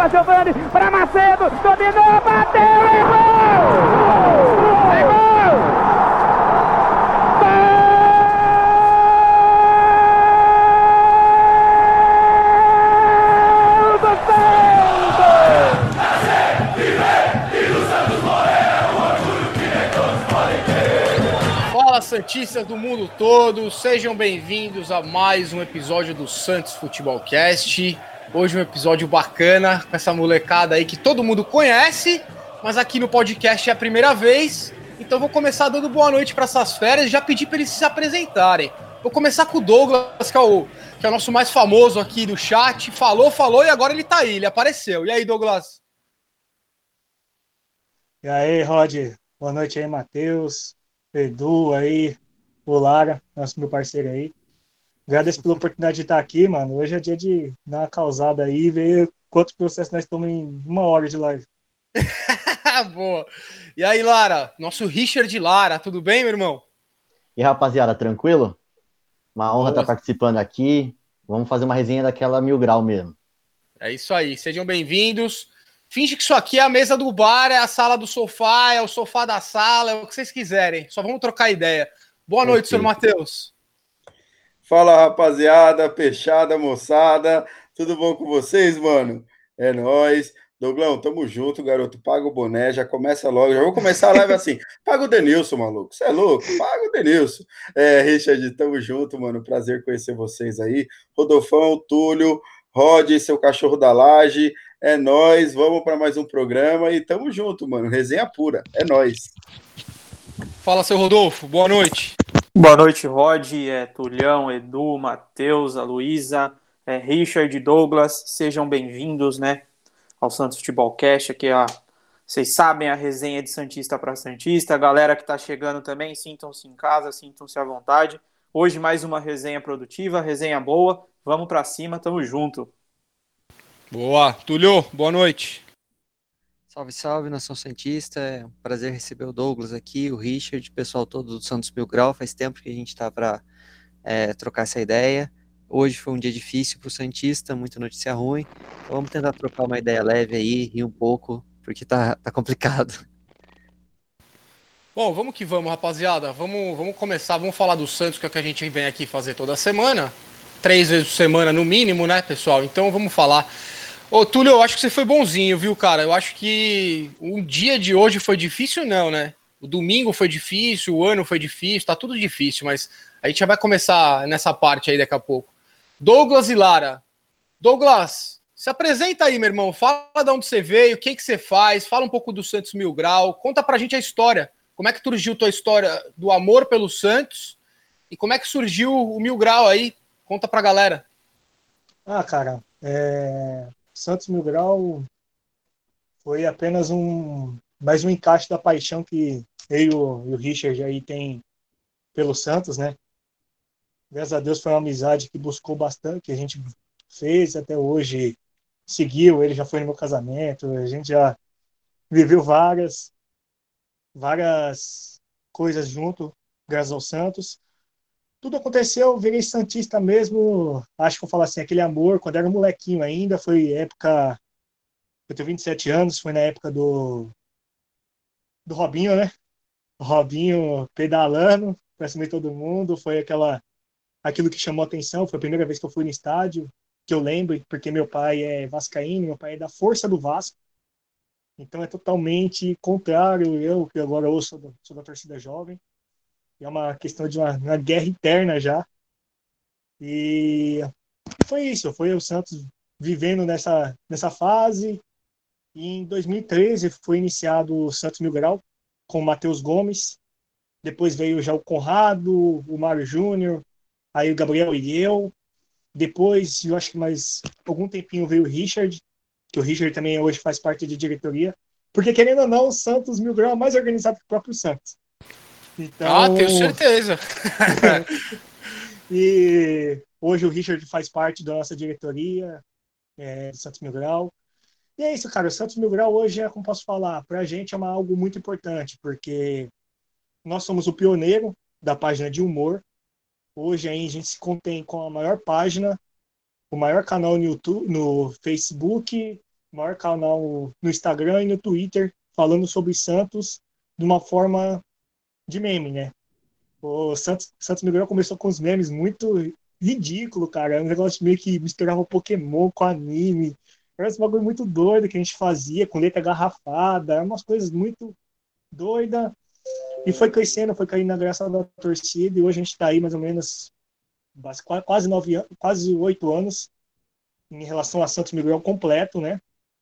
para Giovani, para Macedo, dominou, bateu e gol! É gol! Gol do Santos! Fala, santistas do mundo todo, sejam bem-vindos a mais um episódio do Santos Futebol Cast. Hoje um episódio bacana com essa molecada aí que todo mundo conhece, mas aqui no podcast é a primeira vez. Então vou começar dando boa noite para essas férias e já pedir para eles se apresentarem. Vou começar com o Douglas, que é o nosso mais famoso aqui do chat. Falou e agora ele tá aí, ele apareceu. E aí, Douglas? E aí, Rod, boa noite aí, Matheus, Edu aí, o Lara, meu parceiro aí. Agradeço pela oportunidade de estar aqui, mano. Hoje é dia de dar uma causada aí e ver quantos processos nós estamos em 1 hora de live. Boa. E aí, Lara? Nosso Richard Lara, tudo bem, meu irmão? E rapaziada, tranquilo? Uma honra Boa. estar participando aqui. Vamos fazer uma resenha daquela 1000 grau mesmo. É isso aí, sejam bem-vindos. Finge que isso aqui é a mesa do bar, é a sala do sofá, é o sofá da sala, é o que vocês quiserem. Só vamos trocar ideia. Boa noite, senhor Matheus. Fala, rapaziada, peixada, moçada, tudo bom com vocês, mano? É nóis. Douglão, tamo junto, garoto, paga o boné, já começa logo, já vou começar a live assim, paga o Denilson, maluco, você é louco? Paga o Denilson. Richard, tamo junto, mano, prazer conhecer vocês aí, Rodolfão, Túlio, Rod, seu cachorro da laje, é nóis, vamos para mais um programa e tamo junto, mano, resenha pura, é nóis. Fala, seu Rodolfo, boa noite. Boa noite, Rod, Tulhão, Edu, Matheus, a Luísa, Richard, Douglas, sejam bem-vindos, né, ao Santos Futebol Cast, aqui, vocês sabem, a resenha de Santista para Santista, a galera que tá chegando também, sintam-se em casa, sintam-se à vontade, hoje mais uma resenha produtiva, resenha boa, vamos para cima, tamo junto. Boa, Tulio, boa noite. Salve, salve, Nação Santista, é um prazer receber o Douglas aqui, o Richard, o pessoal todo do Santos 1000 grau, faz tempo que a gente tá para trocar essa ideia. Hoje foi um dia difícil pro Santista, muita notícia ruim, então vamos tentar trocar uma ideia leve aí, rir um pouco, porque tá complicado. Bom, vamos que vamos, rapaziada, vamos começar, vamos falar do Santos, que é o que a gente vem aqui fazer toda semana, 3 vezes por semana no mínimo, né, pessoal, então vamos falar. Ô, Túlio, eu acho que você foi bonzinho, viu, cara? Eu acho que o dia de hoje foi difícil, não, né? O domingo foi difícil, o ano foi difícil, tá tudo difícil, mas a gente já vai começar nessa parte aí daqui a pouco. Douglas e Lara. Douglas, se apresenta aí, meu irmão. Fala de onde você veio, o que você faz, fala um pouco do Santos 1000 grau, conta pra gente a história. Como é que surgiu tua história do amor pelo Santos e como é que surgiu o 1000 grau aí? Conta pra galera. Cara, Santos 1000 grau foi apenas mais um encaixe da paixão que eu e o Richard aí tem pelo Santos, né? Graças a Deus foi uma amizade que buscou bastante, que a gente fez até hoje, seguiu, ele já foi no meu casamento, a gente já viveu várias coisas junto, graças ao Santos. Tudo aconteceu, eu virei santista mesmo, acho que eu falo assim, aquele amor, quando era molequinho ainda, foi época, eu tenho 27 anos, foi na época do Robinho, né? O Robinho pedalando pra cima de todo mundo, foi aquilo que chamou a atenção, foi a primeira vez que eu fui no estádio, que eu lembro, porque meu pai é vascaíno, meu pai é da força do Vasco, então é totalmente contrário, eu que agora sou da torcida jovem, é uma questão de uma guerra interna já. E foi isso, foi o Santos vivendo nessa fase. E em 2013 foi iniciado o Santos 1000 grau com o Matheus Gomes. Depois veio já o Conrado, o Mário Júnior, aí o Gabriel e eu. Depois, eu acho que mais algum tempinho veio o Richard, que o Richard também hoje faz parte de diretoria. Porque, querendo ou não, o Santos 1000 grau é mais organizado que o próprio Santos. Então, tenho certeza. E hoje o Richard faz parte da nossa diretoria do Santos 1000 grau. E é isso, cara. O Santos 1000 grau hoje como posso falar, pra gente é algo muito importante, porque nós somos o pioneiro da página de humor. Hoje aí a gente se contém com a maior página, o maior canal no YouTube, no Facebook maior canal no Instagram e no Twitter falando sobre Santos de uma forma de meme, né? O Santos Miguel começou com uns memes muito ridículo, cara. Um negócio meio que misturava Pokémon com anime. Era esse bagulho muito doido que a gente fazia, com letra garrafada. Eram umas coisas muito doidas. E foi crescendo, foi caindo na graça da torcida. E hoje a gente tá aí mais ou menos quase 9 anos, quase 8 anos em relação a Santos Miguel completo, né?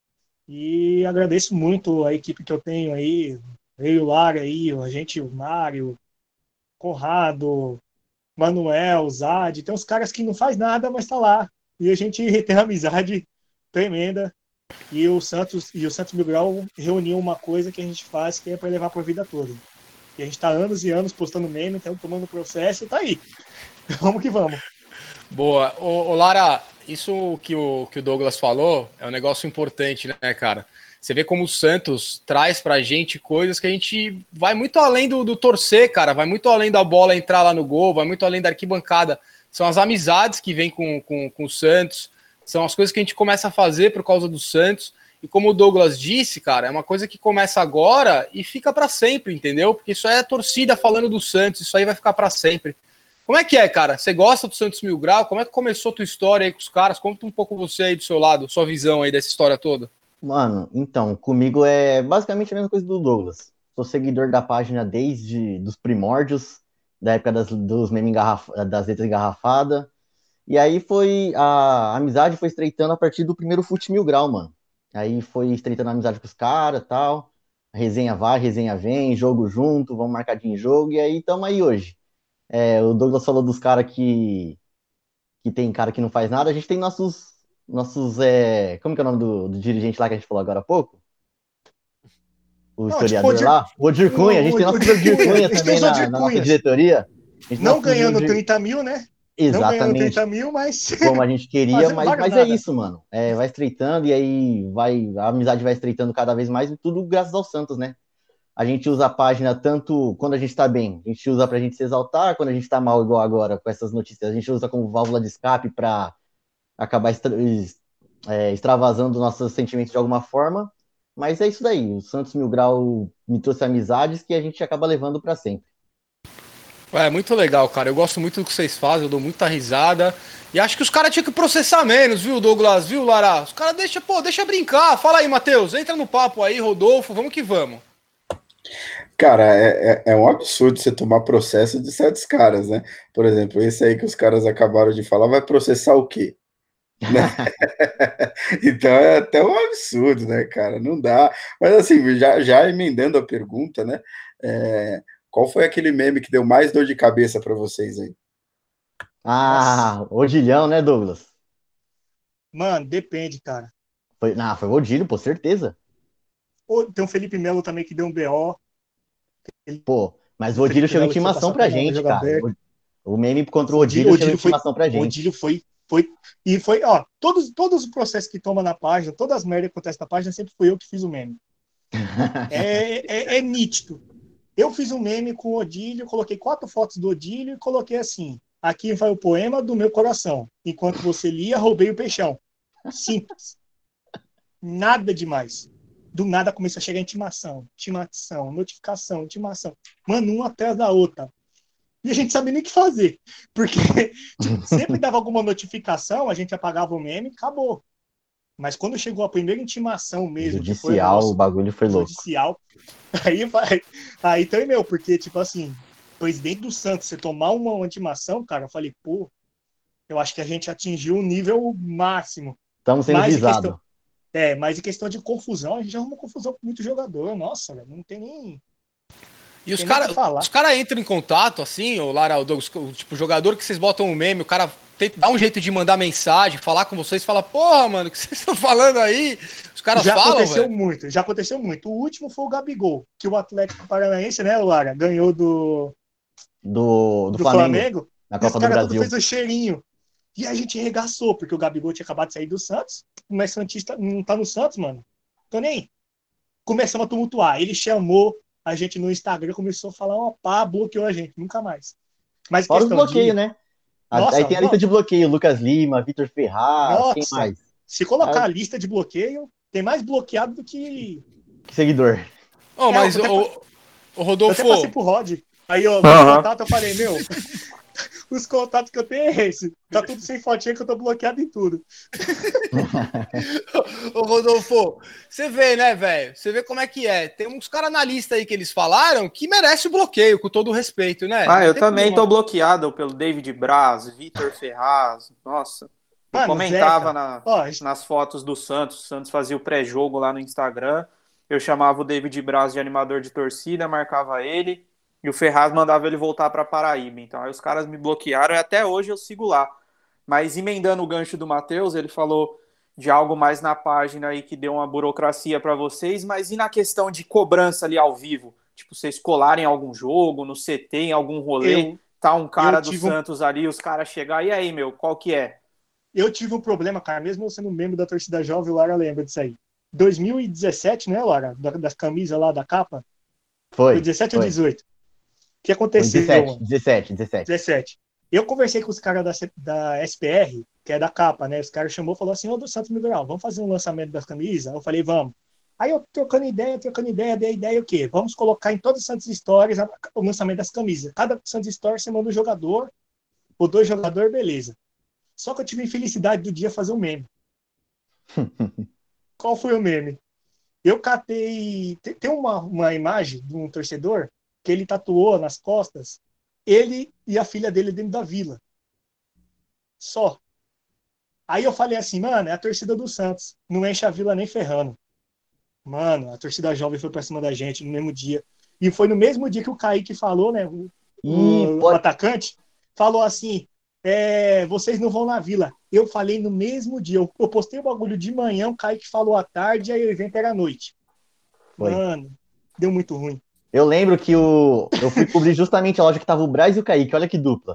E agradeço muito a equipe que eu tenho aí, eu e o Lara aí, a gente, o Mário, Conrado, Manuel, Zad, tem uns caras que não faz nada, mas tá lá. E a gente tem uma amizade tremenda. E o Santos Mil Grau reuniu uma coisa que a gente faz que é para levar para a vida toda. E a gente tá anos e anos postando meme, então tomando processo e tá aí. Vamos que vamos. Boa. Ô, Lara, isso que o Douglas falou é um negócio importante, né, cara? Você vê como o Santos traz pra gente coisas que a gente vai muito além do torcer, cara. Vai muito além da bola entrar lá no gol, vai muito além da arquibancada. São as amizades que vêm com o Santos, são as coisas que a gente começa a fazer por causa do Santos. E como o Douglas disse, cara, é uma coisa que começa agora e fica pra sempre, entendeu? Porque isso aí é a torcida falando do Santos, isso aí vai ficar pra sempre. Como é que é, cara? Você gosta do Santos Mil Grau? Como é que começou a tua história aí com os caras? Conta um pouco você aí do seu lado, sua visão aí dessa história toda. Mano, então, comigo é basicamente a mesma coisa do Douglas. Sou seguidor da página desde dos primórdios, da época dos memes das letras engarrafadas. E aí a amizade foi estreitando a partir do primeiro Fute Mil Grau, mano. Aí foi estreitando a amizade com os caras e tal. Resenha vai, resenha vem, jogo junto, vamos marcadinho em jogo. E aí tamo aí hoje. O Douglas falou dos caras que tem cara que não faz nada. A gente tem nossos como que é o nome do dirigente lá que a gente falou agora há pouco? O historiador tipo, lá? O Odir Cunha. A gente tem nossos Odir Cunha também na nossa diretoria. Não ganhando 30 mil, né? Exatamente. Não ganhando 30 mil, mas... Como a gente queria, mas é isso, mano. Vai estreitando e aí a amizade vai estreitando cada vez mais e tudo graças ao Santos, né? A gente usa a página tanto quando a gente tá bem, a gente usa pra gente se exaltar, quando a gente tá mal, igual agora, com essas notícias, a gente usa como válvula de escape pra acabar extravasando nossos sentimentos de alguma forma. Mas é isso daí, o Santos Mil Grau me trouxe amizades que a gente acaba levando pra sempre. É muito legal, cara. Eu gosto muito do que vocês fazem, eu dou muita risada. E acho que os caras tinham que processar menos, viu, Douglas? Viu, Lara? Os caras deixa brincar. Fala aí, Matheus. Entra no papo aí, Rodolfo. Vamos que vamos. Cara, é um absurdo você tomar processo de certos caras, né? Por exemplo, esse aí que os caras acabaram de falar, vai processar o quê? Então é até um absurdo, né, cara? Não dá. Mas assim, já emendando a pergunta, né? Qual foi aquele meme que deu mais dor de cabeça para vocês aí? Odilhão, né, Douglas? Mano, depende, cara. Foi o Odílio, pô, certeza. Tem o Felipe Melo também que deu um BO. Pô, mas o Odílio chegou em intimação pra gente, cara. O meme contra o Odílio chegou em intimação pra gente. O Odílio foi, ó, todos os processos que toma na página, todas as merdas que acontecem na página, sempre fui eu que fiz o meme. É nítido. Eu fiz um meme com o Odílio, coloquei 4 fotos do Odílio e coloquei assim: aqui vai o poema do meu coração. Enquanto você lia, roubei o peixão. Simples. Nada demais. Do nada começou a chegar intimação, notificação, intimação. Mano, uma atrás da outra. E a gente sabia nem o que fazer. Porque tipo, sempre dava alguma notificação, a gente apagava o meme e acabou. Mas quando chegou a primeira intimação mesmo... Judicial, o bagulho foi louco. Judicial. Aí tremeu, porque, tipo assim, presidente do Santos, você tomar uma intimação, cara, eu falei, pô, eu acho que a gente atingiu um nível máximo. Estamos sendo visados. Mas em questão de confusão, a gente arruma confusão com muito jogador. Nossa, velho, não tem nem... E os caras entram em contato, assim, o Lara, o Douglas, tipo, jogador que vocês botam um meme, o cara dá um jeito de mandar mensagem, falar com vocês, fala, porra, mano, o que vocês estão falando aí? Os caras falam, velho. Já aconteceu muito. O último foi o Gabigol, que o Atlético Paranaense, né, Lara, ganhou do Flamengo. Na Copa do Brasil. Fez o cheirinho. E a gente regaçou, porque o Gabigol tinha acabado de sair do Santos, mas Santista não tá no Santos, mano. Tô nem aí. Começamos a tumultuar. Ele chamou a gente no Instagram, começou a falar, bloqueou a gente, nunca mais. Mas fora os bloqueios, né? Nossa, aí tem a lista de bloqueio, Lucas Lima, Vitor Ferraz, quem mais? Se colocar a lista de bloqueio, Tem mais bloqueado do que... Que seguidor. Oh, mas, eu até o Eu Rodolfo, até passei pro Rod. Aí, ó, Aham. contato, eu falei, meu, os contatos que eu tenho é esse. Tá tudo sem fotinha que eu tô bloqueado em tudo. ô Rodolfo, você vê, né, velho? Você vê como é que é. Tem uns caras na lista aí que eles falaram que merece o bloqueio, com todo o respeito, né? Ah, Não eu tem também como. tô bloqueado pelo David Braz, Vitor Ferraz. Nossa, eu Mano, comentava Zeca, ó, nas fotos do Santos. O Santos fazia o pré-jogo lá no Instagram. Eu chamava o David Braz de animador de torcida, marcava ele. E o Ferraz mandava ele voltar para Paraíba. Então aí os caras me bloquearam e até hoje eu sigo lá. Mas emendando o gancho do Matheus, ele falou de algo mais na página aí que deu uma burocracia para vocês, mas e na questão de cobrança ali ao vivo? Tipo, vocês colarem algum jogo, no CT, em algum rolê, eu, tá um cara eu do tive um, Santos ali, os caras chegar, e aí, meu, qual que é? eu tive um problema, cara, mesmo eu sendo membro da torcida jovem, o Lara lembra disso aí. 2017, né, Lara? Das camisas lá da capa? Foi Foi, 17 ou foi. 18? O que Foi aconteceu, 17, mano? 17, 17. 17. Eu conversei com os caras da SPR, que é da capa, né? Os caras chamou e falou assim, ô do Santos Miguel, vamos fazer um lançamento das camisas? Eu falei, vamos. Aí eu trocando ideia, dei a ideia o quê? Vamos colocar em todas as Santos Stories o lançamento das camisas. Cada Santos Stories você manda um jogador, ou 2 jogadores, beleza. Só que eu tive a infelicidade do dia fazer um meme. Qual foi o meme? Eu catei... Tem uma imagem de um torcedor que ele tatuou nas costas ele e a filha dele dentro da vila. Só. Aí eu falei assim, mano, é a torcida do Santos. Não enche a vila nem ferrando. Mano, a torcida jovem foi pra cima da gente no mesmo dia. E foi no mesmo dia que o Kaique falou, né? E O atacante falou assim: vocês não vão na vila. Eu falei no mesmo dia. Eu postei o bagulho de manhã, o Kaique falou à tarde, aí o evento era à noite. foi. Mano, deu muito ruim. Eu lembro que eu fui cobrir justamente a loja que tava o Braz e o Kaique, olha que dupla.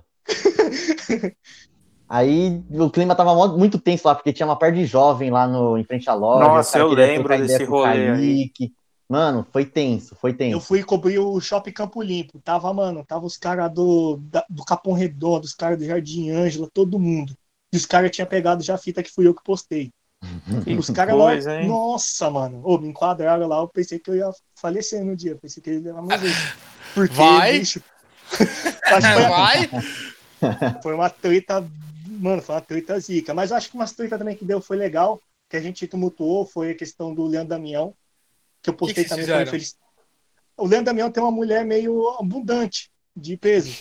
Aí o clima tava muito tenso lá, porque tinha uma parte de jovem lá em frente à loja, os Nossa, caras eu queriam lembro trocar ideia desse com o rolê aí. Kaique. Mano, foi tenso, foi Eu tenso. fui cobrir o Shopping Campo Limpo. Tava os caras do Capão Redondo, os caras do Jardim Ângela, todo mundo. E os caras tinham pegado já a fita que fui eu que postei. Que Os caras lá, coisa, hein? nossa, mano. Me enquadraram lá, eu pensei que eu ia falecer no dia. Pensei que ele ia morrer. Porque, Vai. bicho. Acho que vai. foi uma treta, mano, foi uma treta zica. Mas eu acho que umas treta também que deu foi legal, que a gente tumultuou, foi a questão do Leandro Damião, que eu postei que também. fizeram? Foi feliz. O Leandro Damião tem uma mulher meio abundante de peso.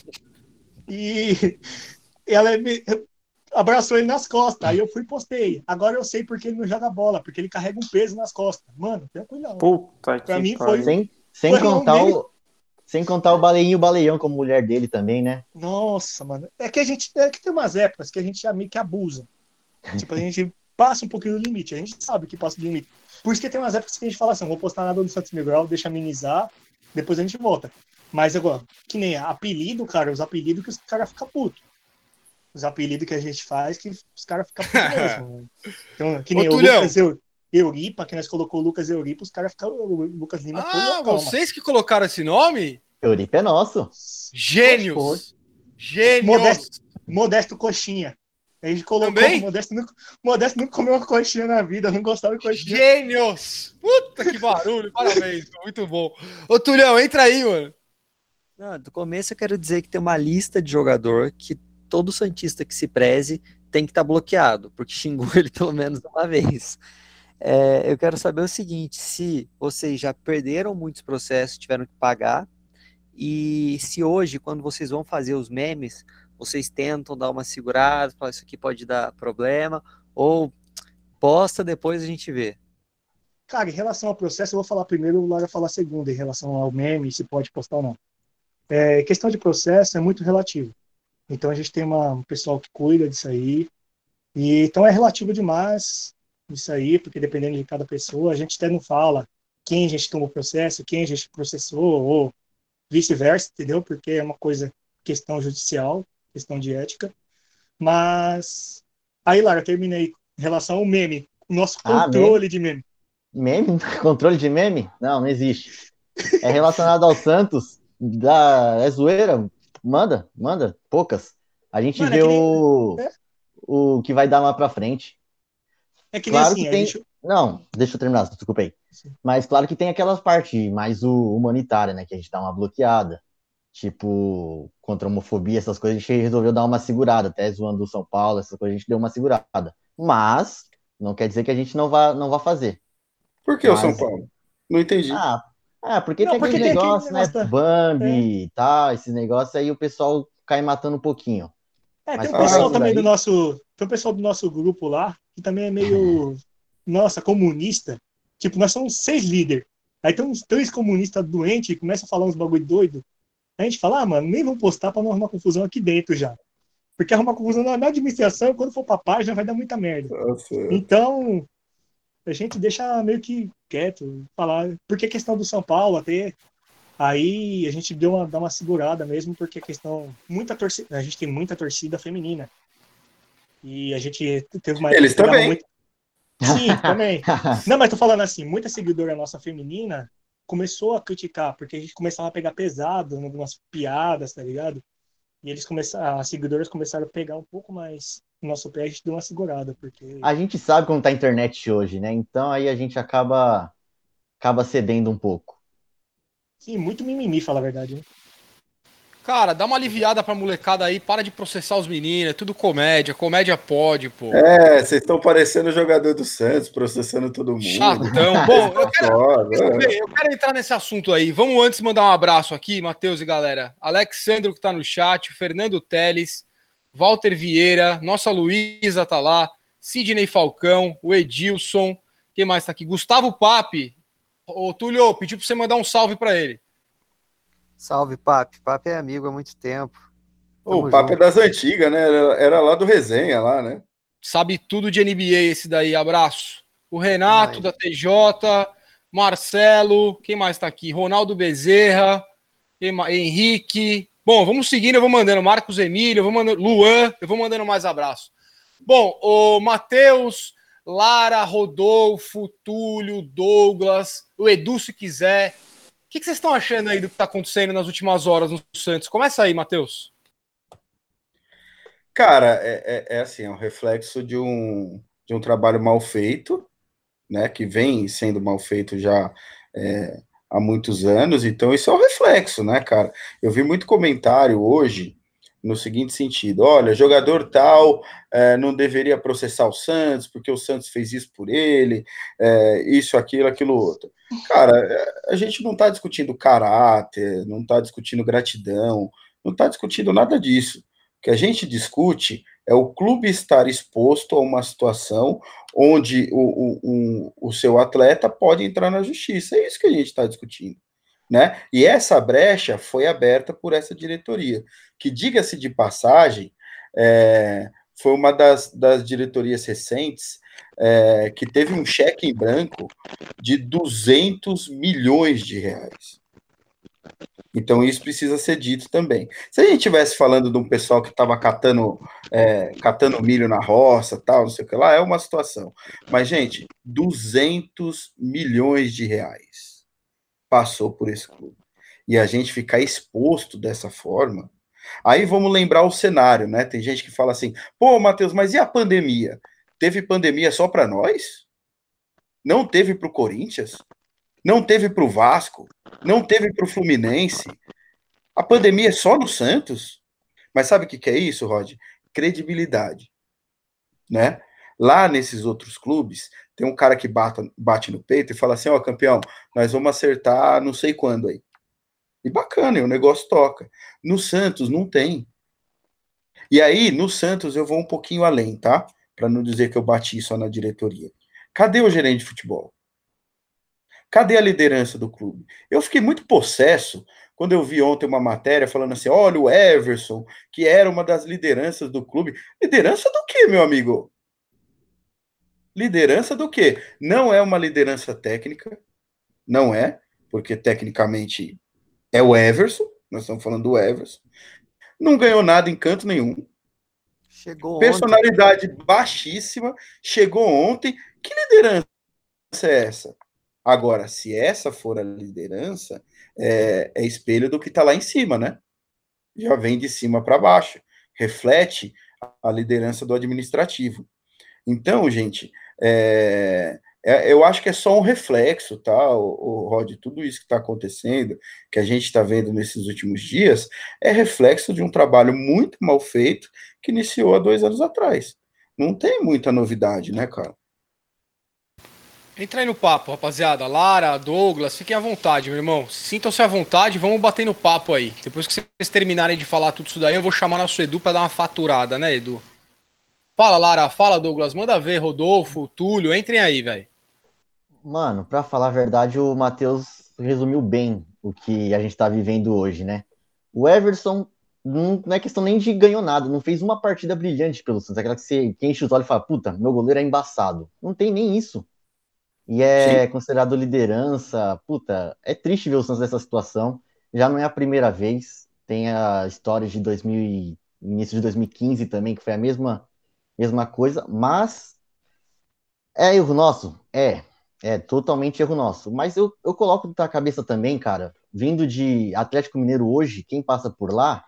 E ela abraçou ele nas costas. Aí eu fui e postei. Agora eu sei porque ele não joga bola, porque ele carrega um peso nas costas. Mano, tranquilão. Puta Pra que mim pariu. foi. Sem Foi contar um meme. sem contar o Baleinho e o Baleião como mulher dele também, né? Nossa, mano. É que tem umas épocas que a gente já meio que abusa. Tipo, a gente passa um pouquinho do limite. A gente sabe que passa do limite. Por isso que tem umas épocas que a gente fala assim, não vou postar nada do Santos Miguel, deixa amenizar, depois a gente volta. Mas agora, que nem apelido, cara, os apelidos que os caras ficam putos. Os apelidos que a gente faz que os caras ficam putos mesmo. Mano. Então, que nem Ô, o Tulhão. Lucas Euripa, que nós colocou o Lucas Euripa, os caras ficam. O Lucas Lima foi loucão, Vocês que colocaram esse nome? Euripe é nosso. mano. Gênios. Gênios. Modesto Coxinha. A gente colocou Também? Modesto nunca comeu uma coxinha na vida, não gostava de coxinha. Gênios. Puta que barulho. Parabéns. Muito bom. Ô, Tulhão, entra aí, mano. Não, do começo eu quero dizer que tem uma lista de jogador que todo santista que se preze tem que estar bloqueado, porque xingou ele pelo menos uma vez. Eu quero saber o seguinte, se vocês já perderam muitos processos, tiveram que pagar, e se hoje, quando vocês vão fazer os memes, vocês tentam dar uma segurada, falar isso aqui pode dar problema, ou posta, depois a gente vê. Cara, em relação ao processo, eu vou falar primeiro, o Lara falar segundo, em relação ao meme, se pode postar ou não. Questão de processo é muito relativo. Então a gente tem um pessoal que cuida disso aí. E então é relativo demais isso aí, porque dependendo de cada pessoa, a gente até não fala quem a gente tomou processo, quem a gente processou, ou vice-versa, entendeu? Porque é uma coisa, questão judicial, questão de ética. Mas aí, Lara, terminei em relação ao meme, o nosso controle de meme. Meme? Controle de meme? Não existe. É relacionado ao Santos, é zoeira? Manda, poucas. A gente Mano, vê o que vai dar lá pra frente. É que nem Claro assim, que tem Não, deixa eu terminar, desculpa aí. Mas claro que tem aquelas partes mais humanitária, né? Que a gente dá uma bloqueada. Tipo, contra a homofobia, essas coisas, a gente resolveu dar uma segurada, até zoando o São Paulo, essas coisas, a gente deu uma segurada. Mas, não quer dizer que a gente não vá fazer. Por que o São Mas, Paulo? Não entendi. porque Não, tem aqueles porque tem aquele negócios, né? negócio da. É, Bambi e tal, esses negócios aí o pessoal cai matando um pouquinho. tem Mas um fora pessoal isso também do daí, nosso. Tem um pessoal do nosso grupo lá, que também é meio. Nossa, comunista. Tipo, nós somos 6 líderes. Aí tem uns 3 comunistas doentes e começam a falar uns bagulho doido. A gente fala, mano, nem vamos postar pra não arrumar confusão aqui dentro já. Porque arrumar confusão na administração, quando for pra página, vai dar muita merda. Nossa. Então, a gente deixa meio que quieto, falar. Porque a questão do São Paulo, até. Aí a gente dá uma segurada mesmo, porque a questão. A gente tem muita torcida feminina. E a gente teve uma época Eles que pegava também. muito. Sim, também. Não, mas tô falando assim, muita seguidora nossa feminina começou a criticar, porque a gente começava a pegar pesado em algumas piadas, tá ligado? E as seguidoras começaram a pegar um pouco mais no nosso pé, a gente deu uma segurada, porque. a gente sabe como tá a internet hoje, né? Então aí a gente acaba cedendo um pouco. Sim, muito mimimi, fala a verdade, né? Cara, dá uma aliviada pra molecada aí, para de processar os meninos, é tudo comédia, comédia pode, pô. Vocês estão parecendo o jogador do Santos, processando todo mundo. Chatão. Bom, Foda. eu quero entrar nesse assunto aí. Vamos antes mandar um abraço aqui, Matheus e galera. Alexandro que tá no chat, Fernando Teles, Walter Vieira, nossa Luísa tá lá, Sidney Falcão, o Edilson, quem mais tá aqui? Gustavo Pape. Ô, Túlio, pediu pra você mandar um salve pra ele. Salve, Papi. Papi é amigo há muito tempo. O papo é das antigas, né? Era lá do Resenha, lá, né? Sabe tudo de NBA esse daí, abraço. O Renato da TJ, Marcelo, quem mais tá aqui? Ronaldo Bezerra, Henrique. Bom, vamos seguindo, eu vou mandando. Marcos Emílio, eu vou mandando. Luan, eu vou mandando mais abraço. Bom, o Matheus, Lara, Rodolfo, Túlio, Douglas, o Edu, se quiser. O que vocês estão achando aí do que tá acontecendo nas últimas horas no Santos? Começa aí, Matheus. Cara, assim, é um reflexo de um trabalho mal feito, né? Que vem sendo mal feito já há muitos anos, então isso é um reflexo, né, cara? Eu vi muito comentário hoje no seguinte sentido: olha, jogador tal não deveria processar o Santos, porque o Santos fez isso por ele, isso, aquilo, outro. Cara, a gente não está discutindo caráter, não está discutindo gratidão, não está discutindo nada disso. O que a gente discute é o clube estar exposto a uma situação onde o seu atleta pode entrar na justiça. É isso que a gente está discutindo, né? E essa brecha foi aberta por essa diretoria, que, diga-se de passagem, foi uma das diretorias recentes que teve um cheque em branco de 200 milhões de reais. Então, isso precisa ser dito também. Se a gente estivesse falando de um pessoal que estava catando milho na roça, tal, não sei o que lá, é uma situação. Mas, gente, 200 milhões de reais passou por esse clube. E a gente ficar exposto dessa forma. Aí vamos lembrar o cenário, né? Tem gente que fala assim: pô, Matheus, mas e a pandemia? Teve pandemia só para nós? Não teve para o Corinthians? Não teve para o Vasco? Não teve para o Fluminense? A pandemia é só no Santos? Mas sabe o que é isso, Rod? Credibilidade, né? Lá nesses outros clubes, tem um cara que bate no peito e fala assim: ó, campeão, nós vamos acertar não sei quando aí. E bacana, e o negócio toca. No Santos não tem. E aí, no Santos, eu vou um pouquinho além, tá? Para não dizer que eu bati só na diretoria. Cadê o gerente de futebol? Cadê a liderança do clube? Eu fiquei muito possesso quando eu vi ontem uma matéria falando assim: olha, o Everson, que era uma das lideranças do clube. Liderança do quê, meu amigo? Liderança do quê? Não é uma liderança técnica, não é, porque tecnicamente é o Everson, nós estamos falando do Everson. Não ganhou nada em canto nenhum. Chegou Personalidade baixíssima, chegou ontem. Que liderança é essa? Agora, se essa for a liderança, é espelho do que está lá em cima, né? Já vem de cima para baixo. Reflete a liderança do administrativo. Então, gente, eu acho que é só um reflexo, tá, Rod? Tudo isso que está acontecendo, que a gente está vendo nesses últimos dias, é reflexo de um trabalho muito mal feito que iniciou há 2 anos atrás. Não tem muita novidade, né, cara? Entra aí no papo, rapaziada. Lara, Douglas, fiquem à vontade, meu irmão. Sintam-se à vontade, vamos bater no papo aí. Depois que vocês terminarem de falar tudo isso daí, eu vou chamar nosso Edu para dar uma faturada, né, Edu? Fala, Lara. Fala, Douglas. Manda ver, Rodolfo, Túlio. Entrem aí, velho. Mano, pra falar a verdade, o Matheus resumiu bem o que a gente tá vivendo hoje, né? O Everson não é questão nem de ganhou nada, não fez uma partida brilhante pelo Santos, aquela que enche os olhos e fala, puta, meu goleiro é embaçado. Não tem nem isso. E Sim. é considerado liderança, puta, é triste ver o Santos nessa situação. Já não é a primeira vez, tem a história de 2000 início de 2015 também, que foi a mesma coisa, mas é erro nosso? É totalmente erro nosso. Mas eu coloco na cabeça também, cara, vindo de Atlético Mineiro hoje, quem passa por lá,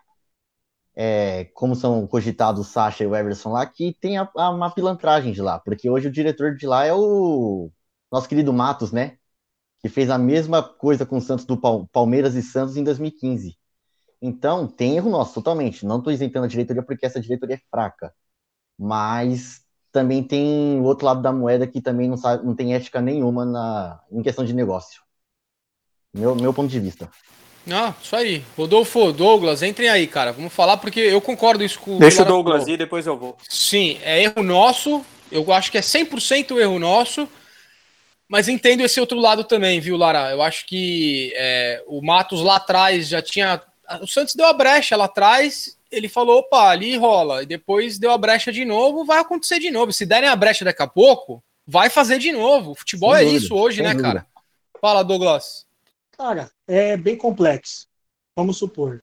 como são cogitados o Sacha e o Everson lá, que tem uma pilantragem de lá, porque hoje o diretor de lá é o nosso querido Matos, né? Que fez a mesma coisa com o Santos do Palmeiras e Santos em 2015. Então, tem erro nosso, totalmente. Não estou isentando a diretoria porque essa diretoria é fraca. Mas também tem o outro lado da moeda que também não tem ética nenhuma em questão de negócio. Meu ponto de vista. Ah, isso aí. Rodolfo, Douglas, entrem aí, cara. Vamos falar porque eu concordo isso com o Deixa o Lara Douglas falou. ir, depois eu vou. Sim, é erro nosso. Eu acho que é 100% erro nosso. Mas entendo esse outro lado também, viu, Lara? Eu acho que o Matos lá atrás já tinha. O Santos deu a brecha lá atrás. Ele falou, opa, ali rola. E depois deu a brecha de novo, vai acontecer de novo. Se derem a brecha daqui a pouco, vai fazer de novo. O futebol Sem é dúvida, isso hoje, sem né, dúvida. cara? Fala, Douglas. Cara, é bem complexo. Vamos supor,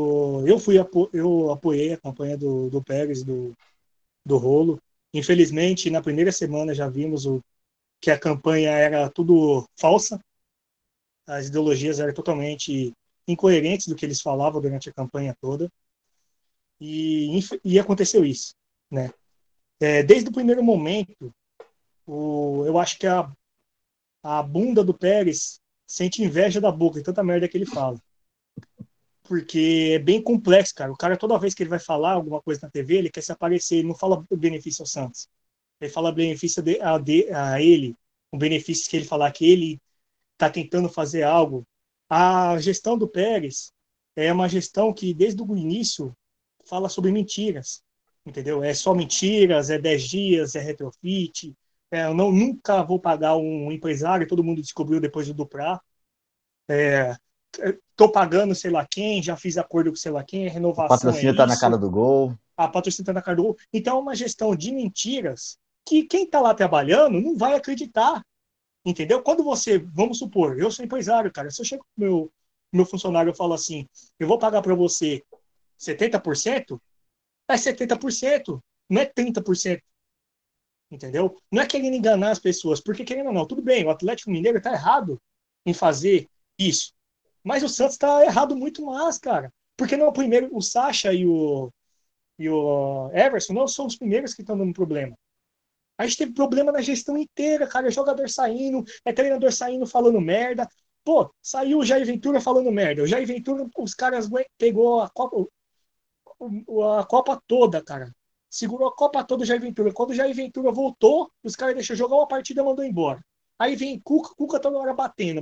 eu apoiei a campanha do Pérez, do Rolo. Infelizmente, na primeira semana já vimos que a campanha era tudo falsa, as ideologias eram totalmente incoerentes do que eles falavam durante a campanha toda, e aconteceu isso, né? Desde o primeiro momento, eu acho que a bunda do Pérez sente inveja da boca, de tanta merda que ele fala. Porque é bem complexo, cara. O cara, toda vez que ele vai falar alguma coisa na TV, ele quer se aparecer, ele não fala benefício ao Santos. Ele fala benefício a ele, um benefício que ele falar que ele está tentando fazer algo. A gestão do Pérez é uma gestão que, desde o início, fala sobre mentiras, entendeu? É só mentiras, é 10 dias, é retrofit, eu nunca vou pagar um empresário, todo mundo descobriu depois do Duprá. Tô pagando sei lá quem, já fiz acordo com sei lá quem, O renovação é patrocínio tá na cara isso, do gol. a patrocínio tá na cara do gol. Então é uma gestão de mentiras que quem tá lá trabalhando não vai acreditar, entendeu? Quando vamos supor, eu sou empresário, cara, se eu chego pro meu funcionário e falo assim, eu vou pagar para você 70%, é 70%, não é 30%, entendeu? Não é querendo enganar as pessoas, porque querendo ou não, tudo bem, o Atlético Mineiro tá errado em fazer isso, mas o Santos tá errado muito mais, cara. Porque não, primeiro, o Sacha e o Everson não são os primeiros que estão dando problema. A gente teve problema na gestão inteira, cara. É jogador saindo, é treinador saindo falando merda. Pô, saiu o Jair Ventura falando merda. O Jair Ventura, os caras pegou a Copa toda, cara. Segurou a Copa toda o Jair Ventura. Quando o Jair Ventura voltou, os caras deixaram jogar uma partida e mandou embora. Aí vem Cuca toda hora batendo,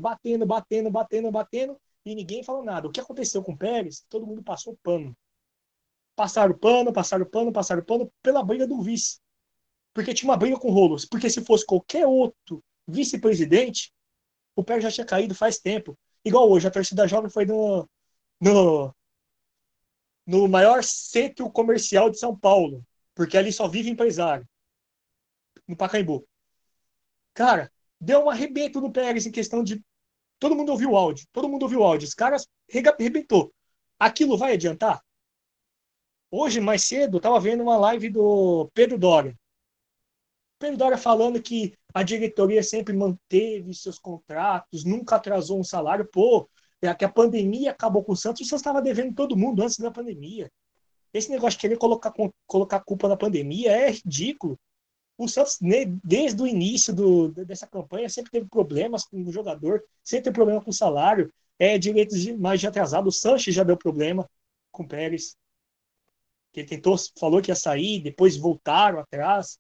e ninguém falou nada. O que aconteceu com o Pérez? Todo mundo passou pano. Passaram pano pela briga do vice. Porque tinha uma briga com o Rolos. Porque se fosse qualquer outro vice-presidente, o Pérez já tinha caído faz tempo. Igual hoje, a torcida jovem foi no, no maior centro comercial de São Paulo. Porque ali só vive empresário. No Pacaembu. Cara, deu um arrebento no Pérez em questão de. Todo mundo ouviu o áudio. Os caras arrebentou. Aquilo vai adiantar? Hoje, mais cedo, eu tava vendo uma live do Pedro Doria. Pedro Doria falando que a diretoria sempre manteve seus contratos, nunca atrasou um salário. Pô, que a pandemia acabou com o Santos estava devendo todo mundo antes da pandemia. Esse negócio de querer colocar culpa na pandemia é ridículo. O Santos, desde o início dessa campanha, sempre teve problemas com o jogador, sempre teve problema com o salário, direitos mais de atrasado. O Sanches já deu problema com o Pérez, que ele falou que ia sair, depois voltaram atrás.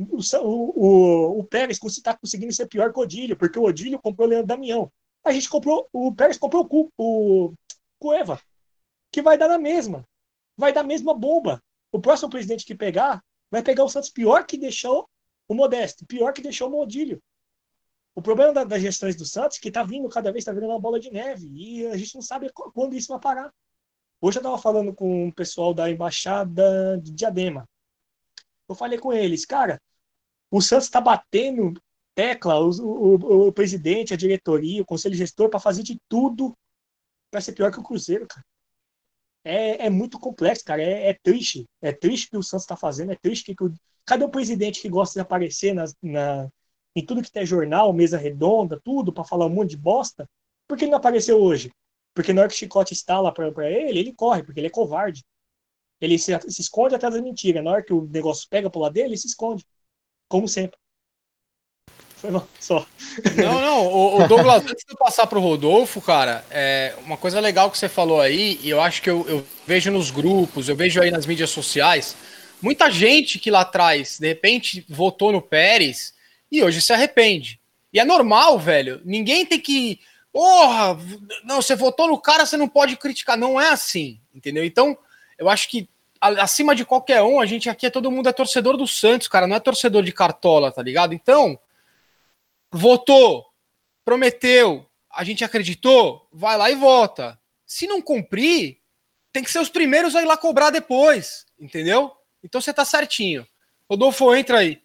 O Pérez está conseguindo ser pior que o Odílio, porque o Odílio comprou o Leandro Damião. O Pérez comprou o Cueva, que vai dar na mesma. Vai dar a mesma bomba. O próximo presidente que pegar, vai pegar o Santos pior que deixou o Modesto, pior que deixou o Odílio. O problema das gestões do Santos é que cada vez está virando uma bola de neve, e a gente não sabe quando isso vai parar. Hoje eu estava falando com o pessoal da Embaixada de Diadema. Eu falei com eles, cara, o Santos está batendo tecla, o presidente, a diretoria, o conselho gestor, para fazer de tudo para ser pior que o Cruzeiro, cara. É muito complexo, cara. É triste. É triste o que o Santos está fazendo. É triste cadê o presidente que gosta de aparecer em tudo que tem jornal, mesa redonda, tudo, para falar um monte de bosta? Por que ele não apareceu hoje? Porque na hora que o chicote estala para ele corre, porque ele é covarde. Ele se esconde atrás da mentira. Na hora que o negócio pega pro lado dele, ele se esconde. Como sempre. Foi mal, só. Não, o Douglas, antes de eu passar pro Rodolfo, cara, uma coisa legal que você falou aí, e eu acho que eu vejo nos grupos, eu vejo aí nas mídias sociais, muita gente que lá atrás, de repente, votou no Pérez e hoje se arrepende. E é normal, velho. Ninguém tem que... Porra, não, você votou no cara, você não pode criticar. Não é assim, entendeu? Então, eu acho que acima de qualquer um, a gente aqui todo mundo é torcedor do Santos, cara, não é torcedor de cartola, tá ligado? Então, votou, prometeu, a gente acreditou, vai lá e vota. Se não cumprir, tem que ser os primeiros a ir lá cobrar depois, entendeu? Então você tá certinho. Rodolfo, entra aí.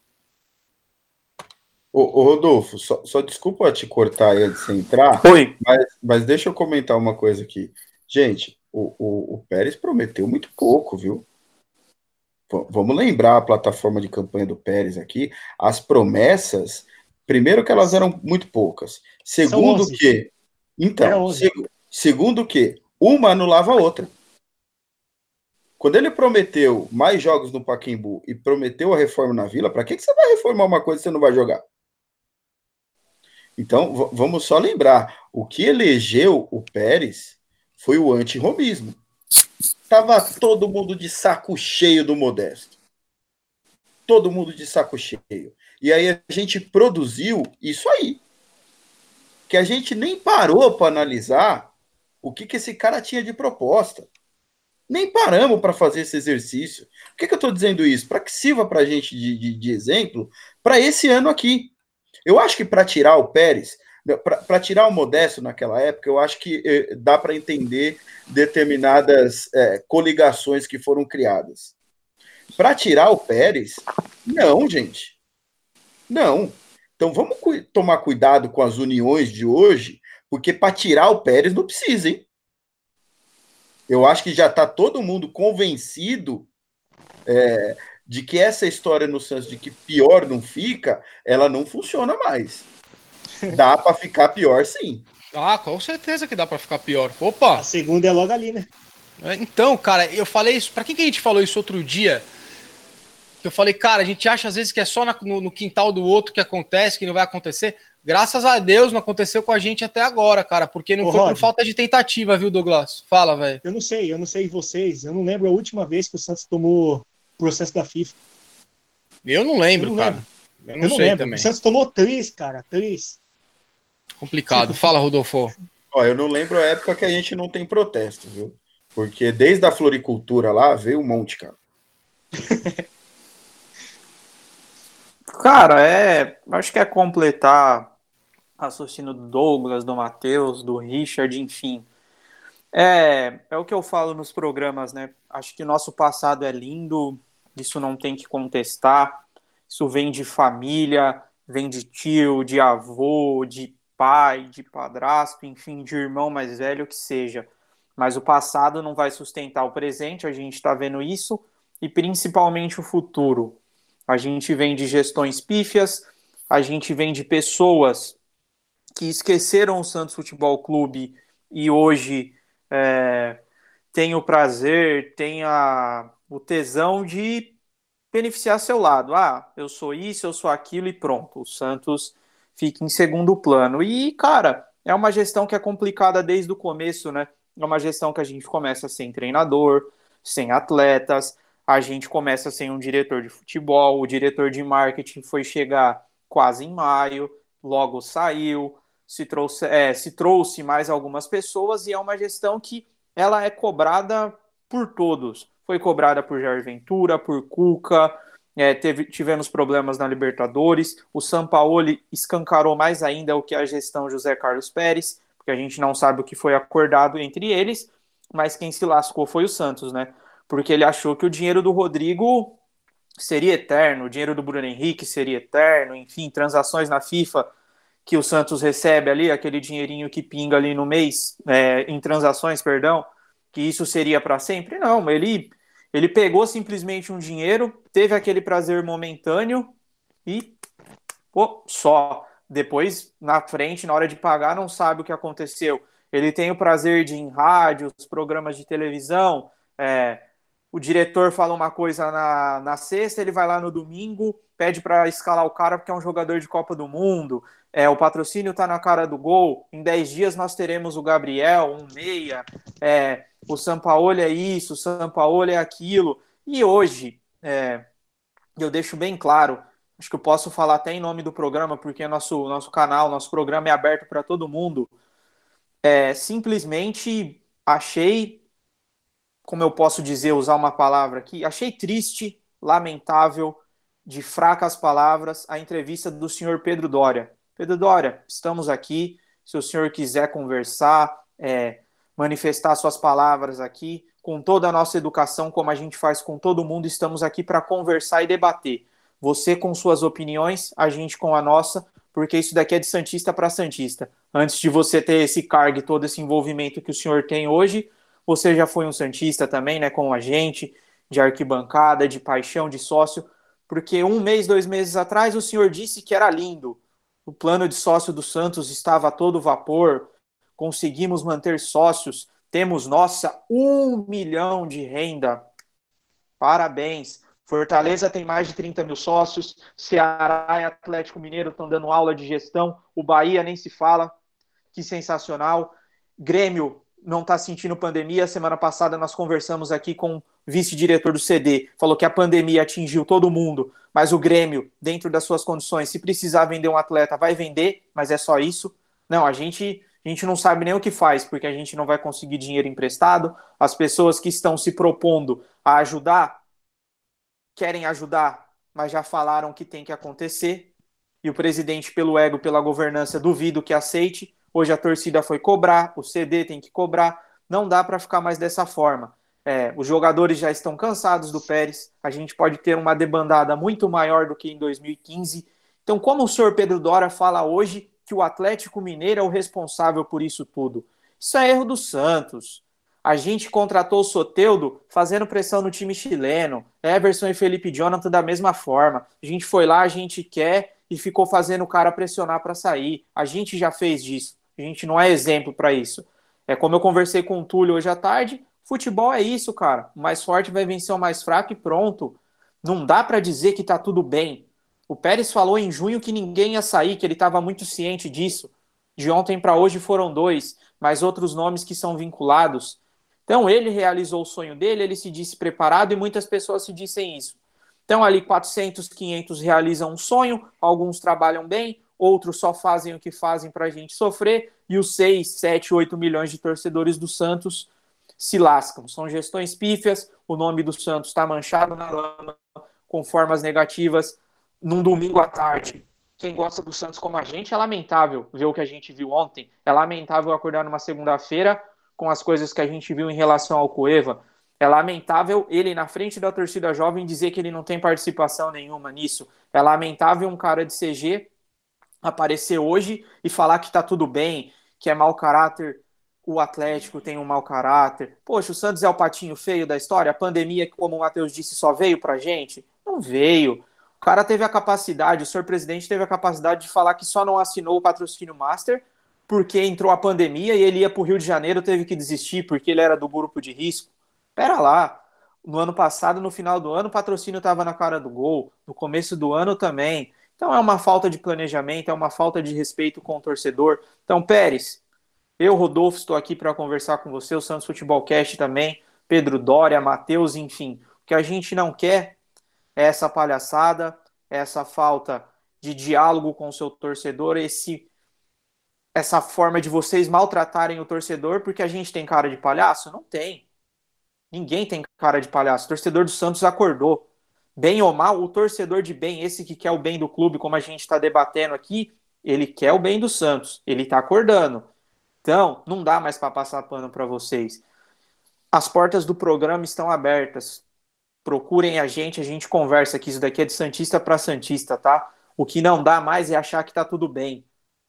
Ô Rodolfo, só desculpa te cortar aí antes de você entrar. Oi. Mas deixa eu comentar uma coisa aqui. Gente, o Pérez prometeu muito pouco, viu? Vamos lembrar a plataforma de campanha do Pérez aqui. As promessas, primeiro que elas eram muito poucas. Segundo que... Então, segundo que uma anulava a outra. Quando ele prometeu mais jogos no Pacaembu e prometeu a reforma na Vila, para que você vai reformar uma coisa que você não vai jogar? Então, vamos só lembrar, o que elegeu o Pérez foi o antirromismo. Tava todo mundo de saco cheio do Modesto. Todo mundo de saco cheio. E aí a gente produziu isso aí. Que a gente nem parou para analisar o que esse cara tinha de proposta. Nem paramos para fazer esse exercício. Por que eu estou dizendo isso? Para que sirva para a gente de exemplo para esse ano aqui. Eu acho que para tirar o Pérez, para tirar o Modesto naquela época, eu acho que dá para entender determinadas coligações que foram criadas. Para tirar o Pérez, não, gente. Não. Então vamos tomar cuidado com as uniões de hoje, porque para tirar o Pérez não precisa, hein? Eu acho que já está todo mundo convencido de que essa história no Santos de que pior não fica, ela não funciona mais. Dá para ficar pior, sim. Ah, com certeza que dá para ficar pior. Opa! A segunda é logo ali, né? Então, cara, eu falei isso. Para que a gente falou isso outro dia? Eu falei, cara, a gente acha às vezes que é só no quintal do outro que acontece, que não vai acontecer. Graças a Deus não aconteceu com a gente até agora, cara, porque não foi por falta de tentativa, viu, Douglas? Fala, velho. Eu não sei vocês, eu não lembro a última vez que o Santos tomou processo da FIFA. Eu não lembro, cara. Eu não sei lembro. Também. O Santos tomou 3, cara, 3. Complicado. Fala, Rodolfo. Ó, eu não lembro a época que a gente não tem protesto, viu? Porque desde a floricultura lá veio um monte, cara. Cara, acho que é completar raciocínio do Douglas, do Matheus, do Richard, enfim. É o que eu falo nos programas, né? Acho que o nosso passado é lindo, isso não tem que contestar. Isso vem de família, vem de tio, de avô, de pai, de padrasto, enfim, de irmão mais velho, que seja. Mas o passado não vai sustentar o presente, a gente está vendo isso, e principalmente o futuro. A gente vem de gestões pífias, a gente vem de pessoas que esqueceram o Santos Futebol Clube e hoje tem o prazer, tem o tesão de beneficiar seu lado. Ah, eu sou isso, eu sou aquilo e pronto. O Santos fica em segundo plano. E, cara, é uma gestão que é complicada desde o começo, né? É uma gestão que a gente começa sem treinador, sem atletas, a gente começa sem um diretor de futebol, o diretor de marketing foi chegar quase em maio, logo saiu, se trouxe mais algumas pessoas e é uma gestão que ela é cobrada por todos. Foi cobrada por Jair Ventura, por Cuca, tivemos problemas na Libertadores. O Sampaoli escancarou mais ainda o que é a gestão José Carlos Pérez, porque a gente não sabe o que foi acordado entre eles, mas quem se lascou foi o Santos, né? Porque ele achou que o dinheiro do Rodrigo seria eterno, o dinheiro do Bruno Henrique seria eterno, enfim, transações na FIFA que o Santos recebe ali, aquele dinheirinho que pinga ali no mês, em transações, perdão, que isso seria para sempre. Não, ele pegou simplesmente um dinheiro, teve aquele prazer momentâneo e pô, só. Depois, na frente, na hora de pagar, não sabe o que aconteceu. Ele tem o prazer de ir em rádios, programas de televisão, o diretor fala uma coisa na sexta, ele vai lá no domingo, pede para escalar o cara porque é um jogador de Copa do Mundo, o patrocínio está na cara do gol, em 10 dias nós teremos o Gabriel, um meia, o Sampaoli é isso, o Sampaoli é aquilo, e hoje, eu deixo bem claro, acho que eu posso falar até em nome do programa, porque nosso canal, nosso programa é aberto para todo mundo, simplesmente achei, como eu posso dizer, usar uma palavra aqui, achei triste, lamentável, de fracas palavras, a entrevista do senhor Pedro Doria. Pedro Doria, estamos aqui, se o senhor quiser conversar, manifestar suas palavras aqui, com toda a nossa educação, como a gente faz com todo mundo, estamos aqui para conversar e debater. Você com suas opiniões, a gente com a nossa, porque isso daqui é de Santista para Santista. Antes de você ter esse cargo e todo esse envolvimento que o senhor tem hoje, você já foi um Santista também, né, com a gente, de arquibancada, de paixão, de sócio, porque 1 mês, 2 meses atrás, o senhor disse que era lindo. O plano de sócio do Santos estava a todo vapor, conseguimos manter sócios, temos nossa 1 milhão de renda. Parabéns. Fortaleza tem mais de 30 mil sócios, Ceará e Atlético Mineiro estão dando aula de gestão, o Bahia nem se fala, que sensacional. Grêmio não está sentindo pandemia. Semana passada nós conversamos aqui com o vice-diretor do CD, falou que a pandemia atingiu todo mundo, mas o Grêmio, dentro das suas condições, se precisar vender um atleta, vai vender, mas é só isso. Não, a gente não sabe nem o que faz, porque a gente não vai conseguir dinheiro emprestado. As pessoas que estão se propondo a ajudar, querem ajudar, mas já falaram que tem que acontecer. E o presidente, pelo ego, pela governança, duvido que aceite. Hoje a torcida foi cobrar, o CD tem que cobrar. Não dá para ficar mais dessa forma. Os jogadores já estão cansados do Pérez. A gente pode ter uma debandada muito maior do que em 2015. Então, como o senhor Pedro Doria fala hoje que o Atlético Mineiro é o responsável por isso tudo? Isso é erro do Santos. A gente contratou o Soteldo fazendo pressão no time chileno. Everson e Felipe Jonathan da mesma forma. A gente foi lá, a gente quer e ficou fazendo o cara pressionar para sair. A gente já fez disso. A gente não é exemplo para isso. É como eu conversei com o Túlio hoje à tarde. Futebol é isso, cara. O mais forte vai vencer o mais fraco e pronto. Não dá para dizer que tá tudo bem. O Pérez falou em junho que ninguém ia sair, que ele estava muito ciente disso. De ontem para hoje foram 2, mas outros nomes que são vinculados. Então ele realizou o sonho dele, ele se disse preparado e muitas pessoas se dizem isso. Então ali 400, 500 realizam um sonho, alguns trabalham bem, outros só fazem o que fazem para a gente sofrer e os 6, 7, 8 milhões de torcedores do Santos se lascam. São gestões pífias, o nome do Santos está manchado na lama, com formas negativas, num domingo à tarde. Quem gosta do Santos como a gente é lamentável ver o que a gente viu ontem, é lamentável acordar numa segunda-feira com as coisas que a gente viu em relação ao Cueva. É lamentável ele, na frente da torcida jovem, dizer que ele não tem participação nenhuma nisso. É lamentável um cara de CG aparecer hoje e falar que tá tudo bem, que é mau caráter. O Atlético tem um mau caráter. Poxa, o Santos é o patinho feio da história? A pandemia, como o Matheus disse, só veio pra gente? Não veio. O cara teve a capacidade, o senhor presidente teve a capacidade de falar que só não assinou o patrocínio Master porque entrou a pandemia e ele ia para o Rio de Janeiro, teve que desistir porque ele era do grupo de risco. Pera lá, No ano passado, no final do ano, o patrocínio estava na cara do gol, no começo do ano também. Então é uma falta de planejamento, é uma falta de respeito com o torcedor. Então, Pérez, eu, Rodolfo, estou aqui para conversar com você, o Santos Futebol Cast também, Pedro Doria, Matheus, enfim. O que a gente não quer é essa palhaçada, essa falta de diálogo com o seu torcedor, essa forma de vocês maltratarem o torcedor porque a gente tem cara de palhaço? Não tem. Ninguém tem cara de palhaço. O torcedor do Santos acordou. Bem ou mal, o torcedor de bem, esse que quer o bem do clube, como a gente está debatendo aqui, ele quer o bem do Santos. Ele está acordando. Então, não dá mais para passar pano para vocês. As portas do programa estão abertas. Procurem a gente conversa, que isso daqui é de Santista para Santista, tá? O que não dá mais é achar que tá tudo bem.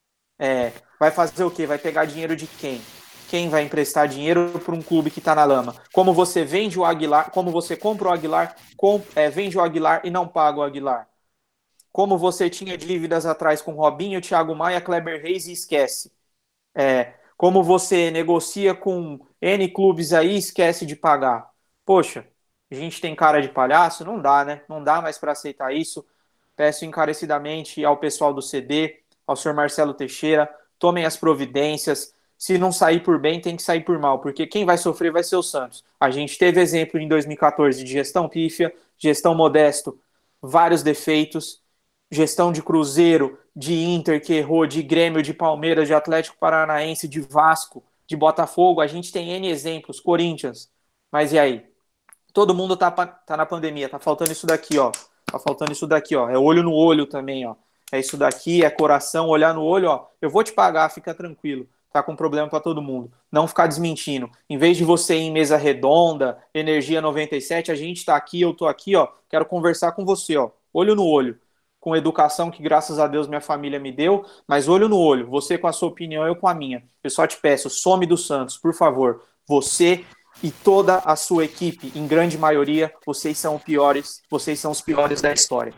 Vai fazer o quê? Vai pegar dinheiro de quem? Quem vai emprestar dinheiro para um clube que está na lama? Como você vende o Aguilar, como você compra o Aguilar, vende o Aguilar e não paga o Aguilar? Como você tinha dívidas atrás com Robinho, Thiago Maia, Kleber Reis e esquece? Como você negocia com N clubes aí e esquece de pagar? Poxa, a gente tem cara de palhaço? Não dá, né? Não dá mais para aceitar isso. Peço encarecidamente ao pessoal do CD, ao senhor Marcelo Teixeira, tomem as providências. Se não sair por bem, tem que sair por mal, porque quem vai sofrer vai ser o Santos. A gente teve exemplo em 2014 de gestão pífia, gestão modesto, vários defeitos, gestão de Cruzeiro, de Inter que errou, de Grêmio, de Palmeiras, de Atlético Paranaense, de Vasco, de Botafogo. A gente tem N exemplos, Corinthians. Mas e aí? Todo mundo tá na pandemia, tá faltando isso daqui, ó. Tá faltando isso daqui, ó. É olho no olho também, ó. É isso daqui, é coração, olhar no olho, ó. Eu vou te pagar, fica tranquilo. Tá com problema para todo mundo. Não ficar desmentindo. Em vez de você ir em mesa redonda, Energia 97, a gente tá aqui, eu tô aqui, ó. Quero conversar com você, ó. Olho no olho. Com educação que, graças a Deus, minha família me deu, mas olho no olho. Você com a sua opinião, eu com a minha. Eu só te peço, some do Santos, por favor. Você e toda a sua equipe, em grande maioria, vocês são os piores da história.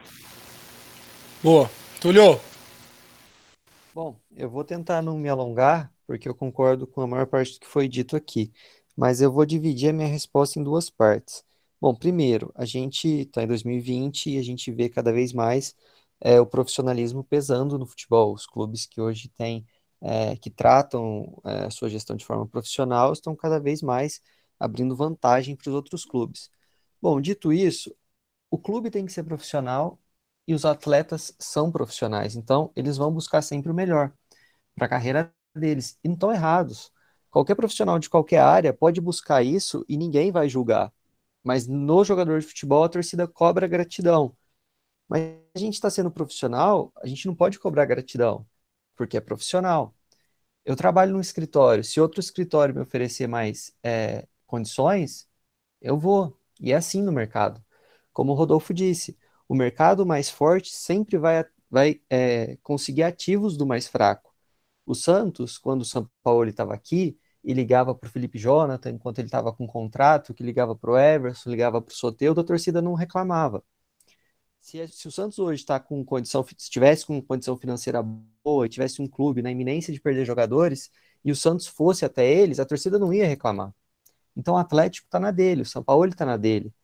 Boa. Túlio, Bom, eu vou tentar não me alongar, porque eu concordo com a maior parte do que foi dito aqui, mas eu vou dividir a minha resposta em duas partes. Bom, primeiro, a gente está em 2020 e a gente vê cada vez mais o profissionalismo pesando no futebol. Os clubes que hoje têm, que tratam a sua gestão de forma profissional, estão cada vez mais abrindo vantagem para os outros clubes. Bom, dito isso, o clube tem que ser profissional e os atletas são profissionais, então eles vão buscar sempre o melhor para a carreira deles e não estão errados. Qualquer profissional de qualquer área pode buscar isso e ninguém vai julgar. Mas no jogador de futebol a torcida cobra gratidão. Mas a gente está sendo profissional, a gente não pode cobrar gratidão, porque é profissional. Eu trabalho num escritório, se outro escritório me oferecer mais condições, eu vou. E é assim no mercado. Como o Rodolfo disse, o mercado mais forte sempre vai conseguir ativos do mais fraco. O Santos, quando o São Paulo estava aqui e ligava para o Felipe Jonathan, enquanto ele estava com contrato, que ligava para o Everson, ligava para o Soteldo, a torcida não reclamava. Se o Santos hoje está com condição, se tivesse com condição financeira boa, e tivesse um clube na iminência de perder jogadores, e o Santos fosse até eles, a torcida não ia reclamar. Então o Atlético está na dele, o São Paulo está na dele.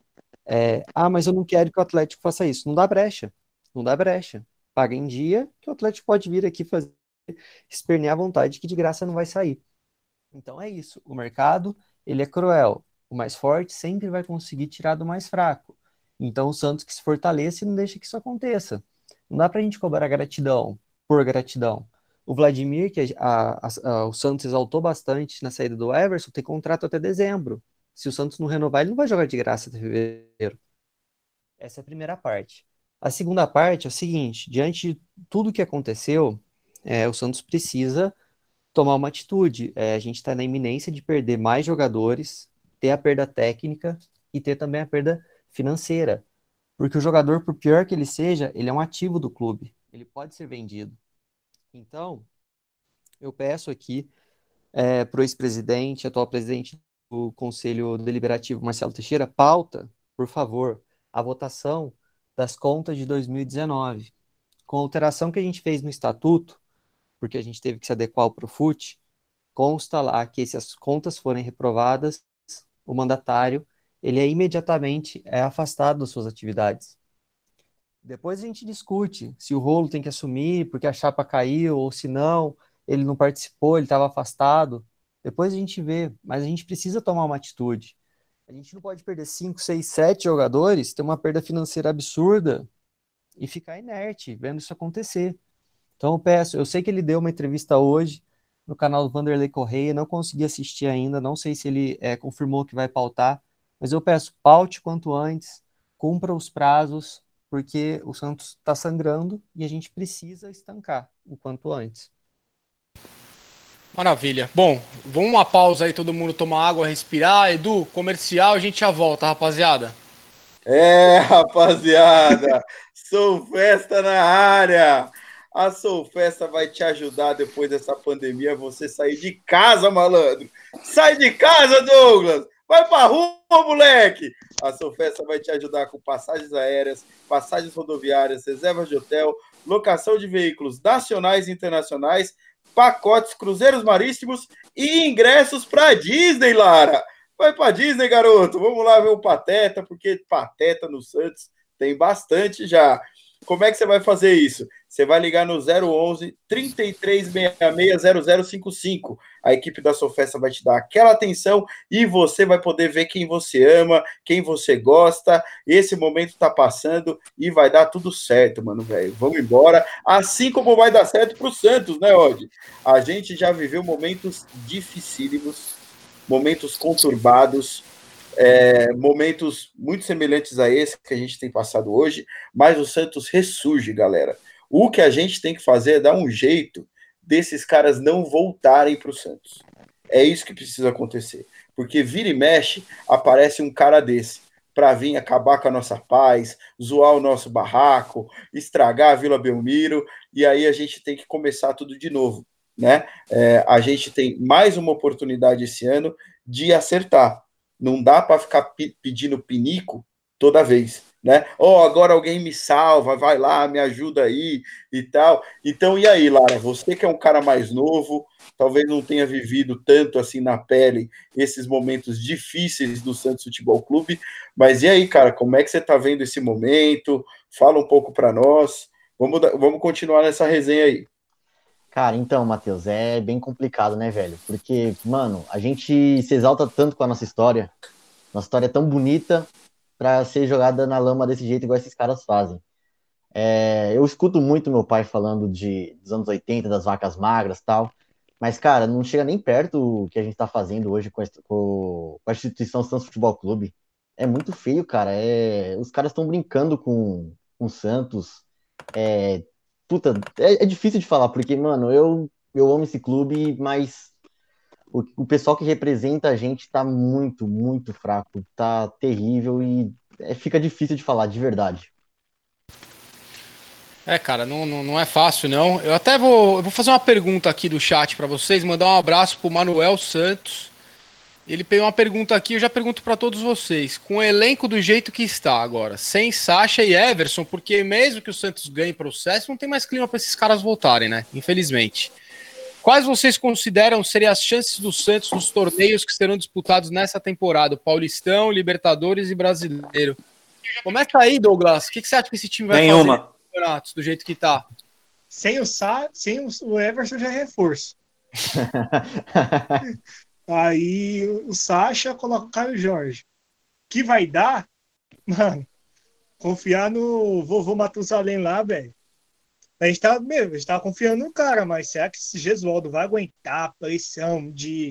Mas eu não quero que o Atlético faça isso. Não dá brecha. Não dá brecha. Paga em dia que o Atlético pode vir aqui fazer, espernear à vontade que de graça não vai sair. Então é isso. O mercado, ele é cruel. O mais forte sempre vai conseguir tirar do mais fraco. Então o Santos que se fortaleça e não deixa que isso aconteça. Não dá pra gente cobrar gratidão por gratidão. O Vladimir, que o Santos exaltou bastante na saída do Everson, tem contrato até dezembro. Se o Santos não renovar, ele não vai jogar de graça até fevereiro. Essa é a primeira parte. A segunda parte é o seguinte: diante de tudo que aconteceu, o Santos precisa tomar uma atitude. A gente está na iminência de perder mais jogadores, ter a perda técnica e ter também a perda financeira. Porque o jogador, por pior que ele seja, ele é um ativo do clube. Ele pode ser vendido. Então, eu peço aqui para o ex-presidente, atual presidente do Conselho Deliberativo, Marcelo Teixeira, pauta, por favor, a votação das contas de 2019. Com a alteração que a gente fez no estatuto, porque a gente teve que se adequar ao Profut, consta lá que se as contas forem reprovadas, o mandatário ele é imediatamente afastado das suas atividades. Depois a gente discute se o Rolo tem que assumir porque a chapa caiu ou se não, ele não participou, ele estava afastado. Depois a gente vê, mas a gente precisa tomar uma atitude. A gente não pode perder 5, 6, 7 jogadores, ter uma perda financeira absurda e ficar inerte vendo isso acontecer. Então eu peço, eu sei que ele deu uma entrevista hoje no canal do Vanderlei Correia, não consegui assistir ainda, não sei se ele confirmou que vai pautar, mas eu peço, paute quanto antes, cumpra os prazos, porque o Santos está sangrando e a gente precisa estancar o quanto antes. Maravilha. Bom, vamos uma pausa aí, todo mundo tomar água, respirar. Edu, comercial, a gente já volta, rapaziada. Rapaziada, Sou Festa na área. A Sou Festa vai te ajudar depois dessa pandemia, você sair de casa, malandro. Sai de casa, Douglas. Vai pra rua, moleque. A Sou Festa vai te ajudar com passagens aéreas, passagens rodoviárias, reservas de hotel, locação de veículos nacionais e internacionais, pacotes, cruzeiros marítimos e ingressos para Disney, Lara. Vai para Disney, garoto. Vamos lá ver o Pateta, porque Pateta no Santos tem bastante já. Como é que você vai fazer isso? Você vai ligar no 011 3366 0055. A equipe da Sofesta vai te dar aquela atenção e você vai poder ver quem você ama, quem você gosta. Esse momento tá passando e vai dar tudo certo, mano, velho. Vamos embora. Assim como vai dar certo pro Santos, né, Odd? A gente já viveu momentos dificílimos, momentos conturbados, momentos muito semelhantes a esse que a gente tem passado hoje, mas o Santos ressurge, galera. O que a gente tem que fazer é dar um jeito desses caras não voltarem para o Santos. É isso que precisa acontecer, porque vira e mexe, aparece um cara desse para vir acabar com a nossa paz, zoar o nosso barraco, estragar a Vila Belmiro, e aí a gente tem que começar tudo de novo, né? A gente tem mais uma oportunidade esse ano de acertar. Não dá para ficar pedindo pinico toda vez, né? Agora alguém me salva, vai lá, me ajuda aí e tal. Então, e aí, Lara? Você que é um cara mais novo, talvez não tenha vivido tanto assim na pele esses momentos difíceis do Santos Futebol Clube, mas e aí, cara, como é que você tá vendo esse momento? Fala um pouco para nós. Vamos continuar nessa resenha aí. Cara, então, Matheus, é bem complicado, né, velho? Porque, mano, a gente se exalta tanto com a nossa história. Nossa história é tão bonita pra ser jogada na lama desse jeito, igual esses caras fazem. Eu escuto muito meu pai falando dos anos 80, das vacas magras e tal. Mas, cara, não chega nem perto o que a gente tá fazendo hoje com a instituição Santos Futebol Clube. É muito feio, cara. Os caras estão brincando com o Santos. Puta, é difícil de falar, porque, mano, eu amo esse clube, mas o pessoal que representa a gente tá muito, muito fraco, tá terrível e fica difícil de falar, de verdade. Cara, não é fácil, não. Eu até vou fazer uma pergunta aqui do chat para vocês, mandar um abraço pro Manuel Santos. Ele pegou uma pergunta aqui, eu já pergunto para todos vocês. Com o elenco do jeito que está agora, sem Sacha e Everson, porque mesmo que o Santos ganhe processo, não tem mais clima para esses caras voltarem, né? Infelizmente. Quais vocês consideram serem as chances do Santos nos torneios que serão disputados nessa temporada? Paulistão, Libertadores e Brasileiro. Começa aí, Douglas. O que você acha que esse time vai fazer nos campeonatos do jeito que tá? Sem o Everson já é reforço. Aí o Sacha coloca o Caio Jorge. Que vai dar? Mano, confiar no vovô Matusalém lá, velho. A gente tava confiando no cara, mas será que esse Gesualdo vai aguentar a pressão de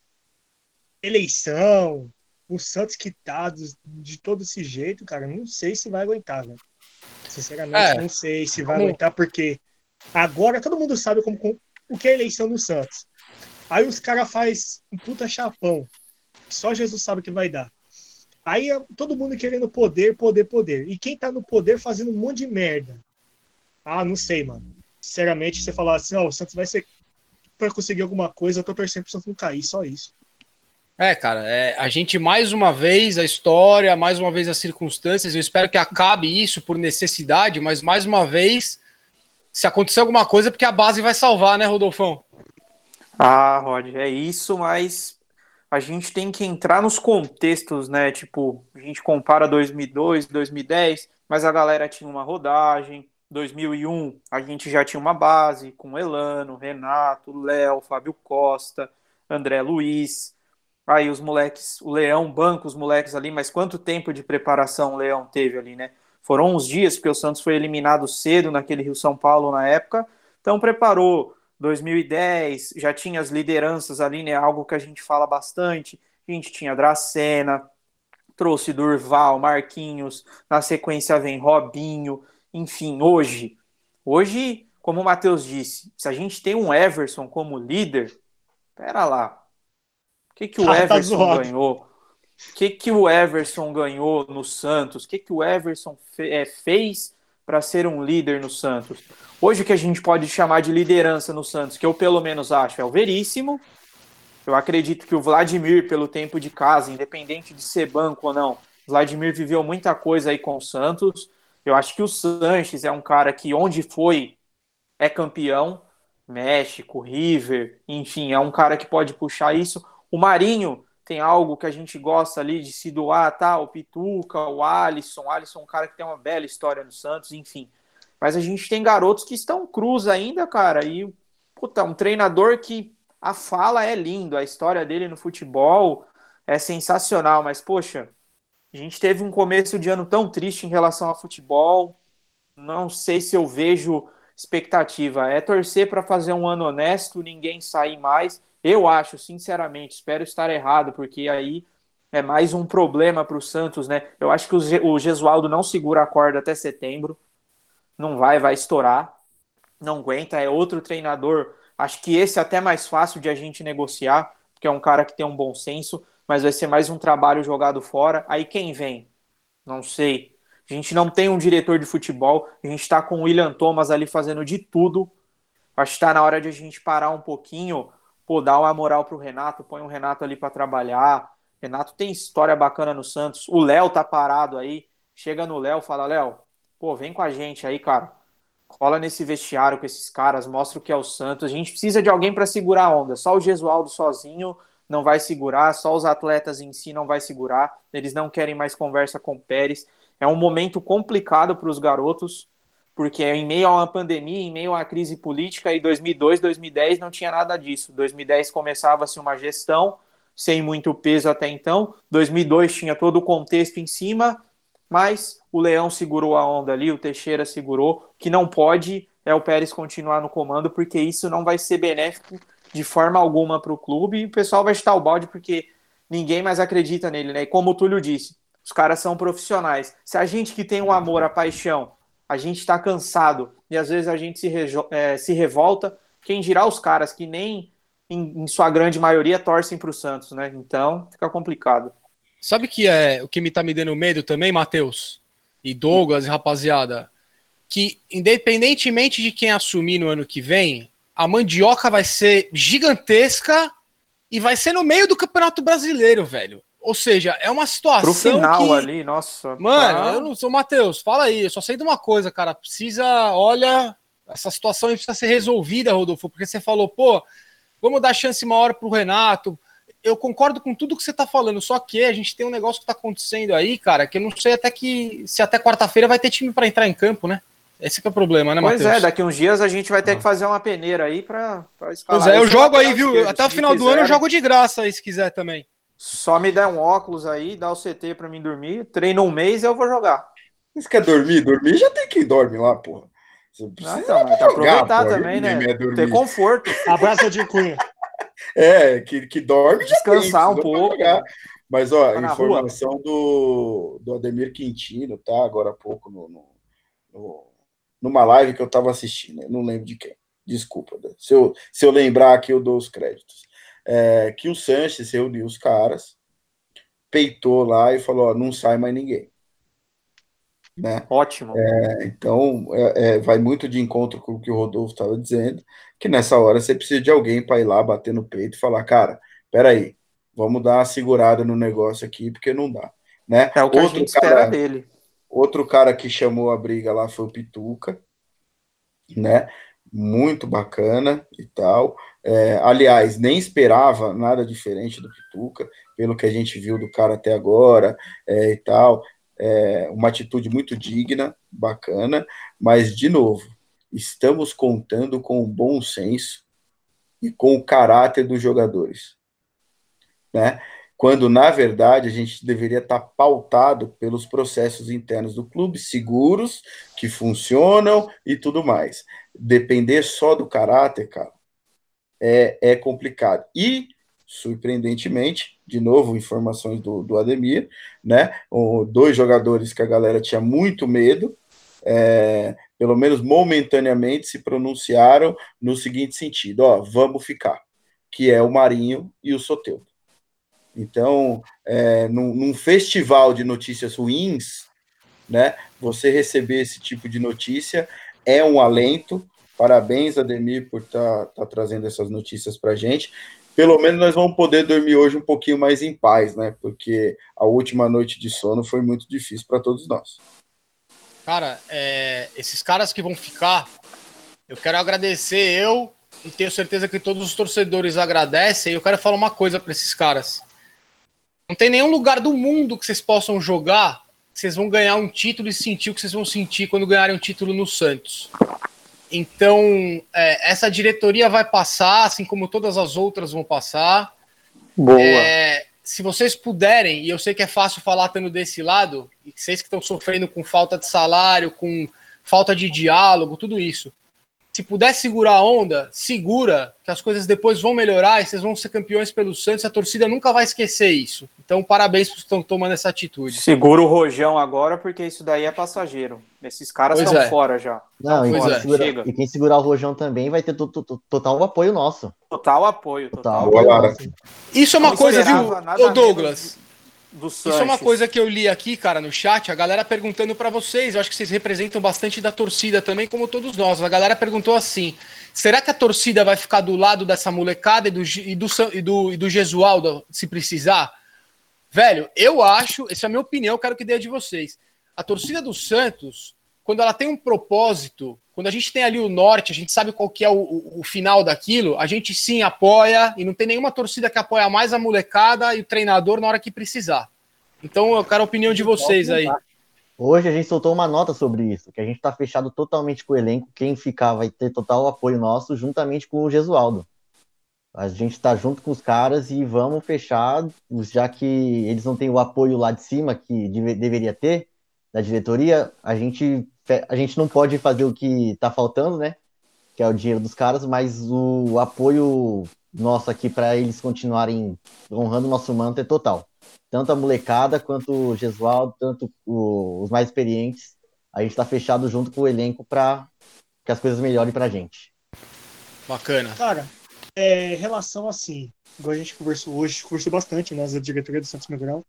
eleição? O Santos quitado de todo esse jeito, cara, não sei se vai aguentar, velho. Sinceramente, não sei se vai aguentar, porque agora todo mundo sabe o que é eleição no Santos. Aí os caras fazem um puta chapão. Só Jesus sabe o que vai dar. Aí todo mundo querendo poder. E quem tá no poder fazendo um monte de merda. Não sei, mano. Sinceramente, você falar assim, o Santos vai conseguir alguma coisa, eu tô torcendo pro Santos não cair, só isso. Cara, a gente mais uma vez, a história, mais uma vez as circunstâncias, eu espero que acabe isso por necessidade, mas mais uma vez, se acontecer alguma coisa, é porque a base vai salvar, né, Rodolfão? Rod, é isso, mas a gente tem que entrar nos contextos, né? Tipo, a gente compara 2002, 2010, mas a galera tinha uma rodagem. 2001, a gente já tinha uma base com Elano, Renato, Léo, Fábio Costa, André Luiz. Aí os moleques, o Leão banca os moleques ali, mas quanto tempo de preparação o Leão teve ali, né? Foram uns dias, porque o Santos foi eliminado cedo naquele Rio-São Paulo na época, então preparou 2010, já tinha as lideranças ali, né? Algo que a gente fala bastante. A gente tinha Dracena, trouxe Durval, Marquinhos, na sequência vem Robinho, enfim, hoje, como o Matheus disse, se a gente tem um Everson como líder, pera lá, o que o Tá Everson zoado. ganhou? O que o Everson ganhou no Santos? O que o Everson fez para ser um líder no Santos? Hoje o que a gente pode chamar de liderança no Santos, que eu pelo menos acho, é o Veríssimo. Eu acredito que o Vladimir, pelo tempo de casa, independente de ser banco ou não, Vladimir viveu muita coisa aí com o Santos. Eu acho que o Sanches é um cara que, onde foi, é campeão. México, River, enfim, é um cara que pode puxar isso. O Marinho tem algo que a gente gosta ali de se doar, tá? O Pituca, o Alisson. O Alisson é um cara que tem uma bela história no Santos, enfim. Mas a gente tem garotos que estão cruz ainda, cara, e, puta, um treinador que a fala é lindo, a história dele no futebol é sensacional, mas, poxa, a gente teve um começo de ano tão triste em relação ao futebol, não sei se eu vejo expectativa. É torcer para fazer um ano honesto, ninguém sair mais. Eu acho, sinceramente, espero estar errado, porque aí é mais um problema para o Santos, né? Eu acho que o Gesualdo não segura a corda até setembro, não vai estourar, não aguenta, é outro treinador. Acho que esse é até mais fácil de a gente negociar, porque é um cara que tem um bom senso, mas vai ser mais um trabalho jogado fora. Aí quem vem? Não sei. A gente não tem um diretor de futebol, a gente está com o William Thomas ali fazendo de tudo. Acho que está na hora de a gente parar um pouquinho, pô, dar uma moral pro Renato, põe o Renato ali para trabalhar. Renato tem história bacana no Santos. O Léo tá parado aí. Chega no Léo, fala, Léo, pô, vem com a gente aí, cara. Cola nesse vestiário com esses caras, mostra o que é o Santos. A gente precisa de alguém para segurar a onda. Só o Gesualdo sozinho não vai segurar, só os atletas em si não vai segurar. Eles não querem mais conversa com o Pérez. É um momento complicado para os garotos, porque em meio a uma pandemia, em meio a uma crise política, e 2002, 2010 não tinha nada disso. 2010 começava-se uma gestão sem muito peso até então. 2002 tinha todo o contexto em cima, mas o Leão segurou a onda ali, o Teixeira segurou. O que não pode é o Pérez continuar no comando, porque isso não vai ser benéfico de forma alguma para o clube, e o pessoal vai chutar o balde porque ninguém mais acredita nele, né? E como o Túlio disse, os caras são profissionais. Se a gente que tem um amor, a paixão, a gente está cansado e às vezes a gente se revolta, quem dirá os caras que nem em sua grande maioria torcem para o Santos, né? Então fica complicado. Sabe que é o que me tá me dando medo também, Matheus? E Douglas, rapaziada? Que independentemente de quem assumir no ano que vem, a mandioca vai ser gigantesca e vai ser no meio do Campeonato Brasileiro, velho. Ou seja, é uma situação Pro final que... ali, nossa. Mano, eu não sou Matheus, fala aí, eu só sei de uma coisa, cara. Precisa, olha, essa situação aí precisa ser resolvida, Rodolfo, porque você falou, pô, vamos dar chance uma hora pro Renato. Eu concordo com tudo que você tá falando, só que a gente tem um negócio que tá acontecendo aí, cara, que eu não sei se até quarta-feira vai ter time para entrar em campo, né? Esse que é o problema, né, Matheus? Pois é, daqui uns dias a gente vai ter que fazer uma peneira aí pra escalar. Pois é, eu jogo aí, viu? Esquerdo, até o final do ano eu jogo de graça aí, se quiser também. Só me dá um óculos aí, dá o CT pra mim dormir, treino um mês e eu vou jogar. Você quer dormir? Dormir já tem quem dorme lá, porra. Você precisa então, aproveitar porra, também, né? Ter conforto. Abraço de Cunha. Que dorme descansar um pouco. Mas, ó, a informação do Ademir Quintino, tá? Agora há pouco numa live que eu tava assistindo, eu não lembro de quem. Desculpa, se eu lembrar aqui eu dou os créditos. Que o Sanches reuniu os caras, peitou lá e falou, ó, não sai mais ninguém. Né? Ótimo. Então, vai muito de encontro com o que o Rodolfo estava dizendo, que nessa hora você precisa de alguém para ir lá bater no peito e falar, cara, peraí, vamos dar uma segurada no negócio aqui, porque não dá. Né? É o que a gente espera dele. Outro cara que chamou a briga lá foi o Pituca, né? muito bacana e tal. Aliás, nem esperava nada diferente do Pituca, pelo que a gente viu do cara até agora e tal. Uma atitude muito digna, bacana, mas, de novo, estamos contando com o bom senso e com o caráter dos jogadores, né? Quando, na verdade, a gente deveria estar pautado pelos processos internos do clube, seguros, que funcionam e tudo mais. Depender só do caráter, cara, é complicado. E, surpreendentemente, de novo, informações do Ademir, né? Dois jogadores que a galera tinha muito medo, pelo menos momentaneamente, se pronunciaram no seguinte sentido: ó, vamos ficar, que é o Marinho e o Soteldo. Então, num festival de notícias ruins, né, você receber esse tipo de notícia é um alento. Parabéns, Ademir, por tá trazendo essas notícias para a gente. Pelo menos nós vamos poder dormir hoje um pouquinho mais em paz, né? Porque a última noite de sono foi muito difícil para todos nós. Cara, esses caras que vão ficar, eu quero agradecer e tenho certeza que todos os torcedores agradecem. Eu quero falar uma coisa para esses caras. Não tem nenhum lugar do mundo que vocês possam jogar que vocês vão ganhar um título e sentir o que vocês vão sentir quando ganharem um título no Santos. Então, essa diretoria vai passar, assim como todas as outras vão passar. Boa. Se vocês puderem, e eu sei que é fácil falar estando desse lado, e vocês que estão sofrendo com falta de salário, com falta de diálogo, tudo isso, se puder segurar a onda, segura, que as coisas depois vão melhorar e vocês vão ser campeões pelo Santos, a torcida nunca vai esquecer isso. Então, parabéns por estão tomando essa atitude. Segura o rojão agora, porque isso daí é passageiro. Esses caras estão fora já. Não, e quem segurar o rojão também vai ter total apoio nosso. Total apoio. Isso é uma coisa, viu, ô Douglas? Isso é uma coisa que eu li aqui, cara, no chat, a galera perguntando pra vocês, eu acho que vocês representam bastante da torcida também, como todos nós. A galera perguntou assim, será que a torcida vai ficar do lado dessa molecada e do Gesualdo, se precisar? Velho, eu acho, essa é a minha opinião, eu quero que dê a de vocês. A torcida do Santos, quando ela tem um propósito, quando a gente tem ali o norte, a gente sabe qual que é o final daquilo, a gente sim apoia, e não tem nenhuma torcida que apoia mais a molecada e o treinador na hora que precisar. Então eu quero a opinião de vocês aí. Hoje a gente soltou uma nota sobre isso, que a gente está fechado totalmente com o elenco, quem ficar vai ter total apoio nosso, juntamente com o Gesualdo. A gente está junto com os caras e vamos fechar, já que eles não têm o apoio lá de cima que deveria ter, da diretoria, a gente não pode fazer o que tá faltando, né? Que é o dinheiro dos caras, mas o apoio nosso aqui para eles continuarem honrando o nosso manto é total. Tanto a molecada quanto o Gesualdo, tanto os mais experientes, a gente tá fechado junto com o elenco para que as coisas melhorem pra gente. Bacana. Cara, em relação assim, igual a gente conversou hoje, conversou bastante, nós, a diretoria do Santos Miguel.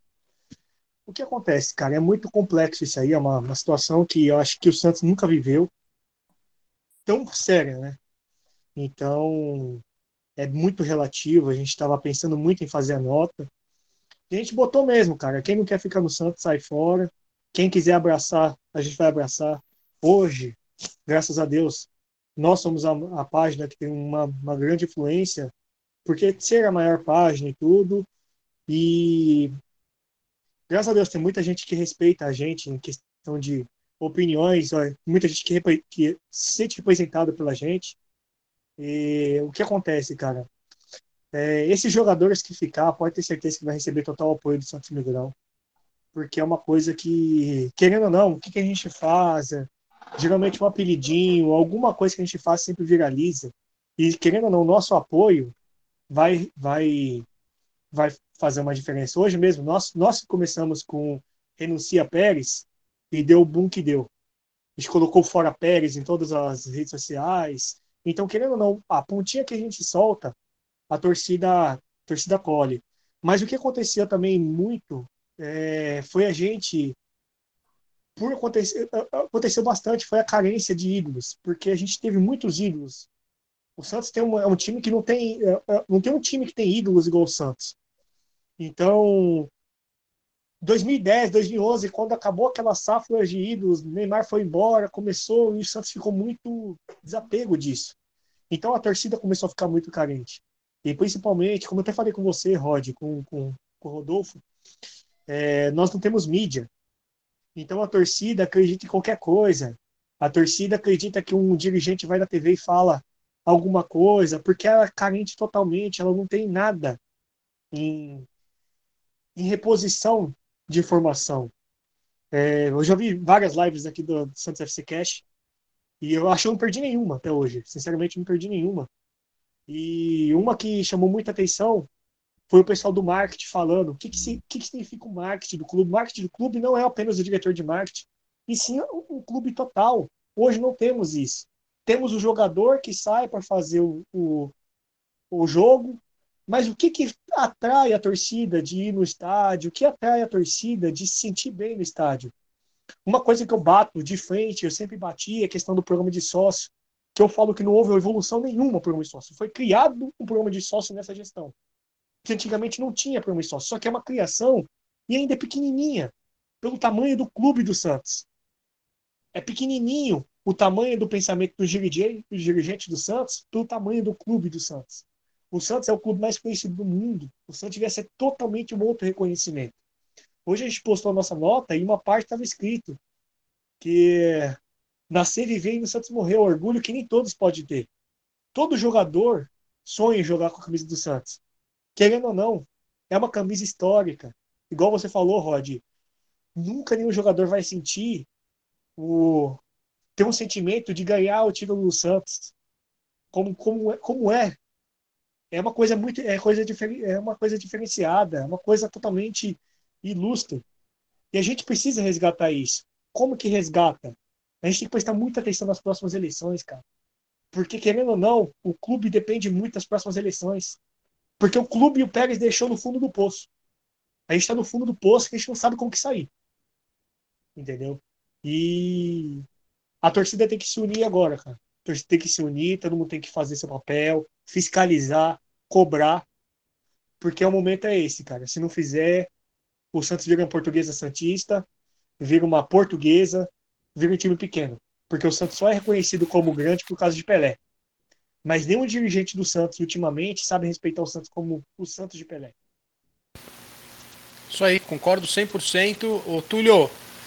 O que acontece, cara? É muito complexo isso aí, é uma situação que eu acho que o Santos nunca viveu tão séria, né? Então, é muito relativo, a gente estava pensando muito em fazer a nota. E a gente botou mesmo, cara. Quem não quer ficar no Santos, sai fora. Quem quiser abraçar, a gente vai abraçar. Hoje, graças a Deus, nós somos a página que tem uma grande influência, porque ser a maior página e tudo, e graças a Deus tem muita gente que respeita a gente em questão de opiniões, muita gente que se sente representada pela gente. E o que acontece, cara? Esses jogadores que ficar, pode ter certeza que vai receber total apoio do Santos Miguel, porque é uma coisa que, querendo ou não, o que a gente faz? Geralmente um apelidinho, alguma coisa que a gente faz sempre viraliza. E, querendo ou não, o nosso apoio vai fazer uma diferença. Hoje mesmo, nós começamos com Renuncia Pérez e deu o boom que deu. A gente colocou fora Pérez em todas as redes sociais. Então, querendo ou não, a pontinha que a gente solta, a torcida colhe. Mas o que acontecia também muito foi a gente, aconteceu bastante, foi a carência de ídolos, porque a gente teve muitos ídolos. O Santos é um time que não tem um time que tem ídolos igual o Santos. Então, 2010, 2011, quando acabou aquela safra de ídolos, Neymar foi embora, começou e o Santos ficou muito desapego disso. Então a torcida começou a ficar muito carente. E principalmente, como eu até falei com você, Rod, com o Rodolfo, nós não temos mídia. Então a torcida acredita em qualquer coisa. A torcida acredita que um dirigente vai na TV e fala alguma coisa, porque ela é carente totalmente, ela não tem nada em, em reposição de informação. Eu já vi várias lives aqui do Santos FC Cash e eu acho que eu não perdi nenhuma até hoje. Sinceramente, não perdi nenhuma. E uma que chamou muita atenção foi o pessoal do marketing falando o que significa o marketing do clube. O marketing do clube não é apenas o diretor de marketing, e sim o clube total. Hoje não temos isso. Temos o jogador que sai para fazer o jogo, mas o que atrai a torcida de ir no estádio? O que atrai a torcida de se sentir bem no estádio? Uma coisa que eu bato de frente, eu sempre bati, é a questão do programa de sócio, que eu falo que não houve evolução nenhuma no programa de sócio. Foi criado um programa de sócio nessa gestão, que antigamente não tinha programa de sócio, só que é uma criação e ainda é pequenininha, pelo tamanho do clube do Santos. É pequenininho o tamanho do pensamento dos dirigentes do Santos pelo tamanho do clube do Santos. O Santos é o clube mais conhecido do mundo. O Santos devia ser totalmente um outro reconhecimento. Hoje a gente postou a nossa nota e uma parte estava escrito que nascer, viver e no Santos morrer, orgulho que nem todos podem ter. Todo jogador sonha em jogar com a camisa do Santos. Querendo ou não, é uma camisa histórica. Igual você falou, Rod, nunca nenhum jogador vai sentir ter um sentimento de ganhar o título do Santos. Como é. É uma coisa muito. É uma coisa diferenciada, é uma coisa totalmente ilustre. E a gente precisa resgatar isso. Como que resgata? A gente tem que prestar muita atenção nas próximas eleições, cara. Porque, querendo ou não, o clube depende muito das próximas eleições. Porque o clube e o Pérez deixou no fundo do poço. A gente está no fundo do poço que a gente não sabe como que sair. Entendeu? E a torcida tem que se unir agora, cara. A torcida tem que se unir, todo mundo tem que fazer seu papel, fiscalizar, cobrar, porque o momento é esse, cara. Se não fizer, o Santos vira uma portuguesa santista, vira uma portuguesa, vira um time pequeno. Porque o Santos só é reconhecido como grande por causa de Pelé. Mas nenhum dirigente do Santos, ultimamente, sabe respeitar o Santos como o Santos de Pelé. Isso aí, concordo 100%. Ô, Túlio,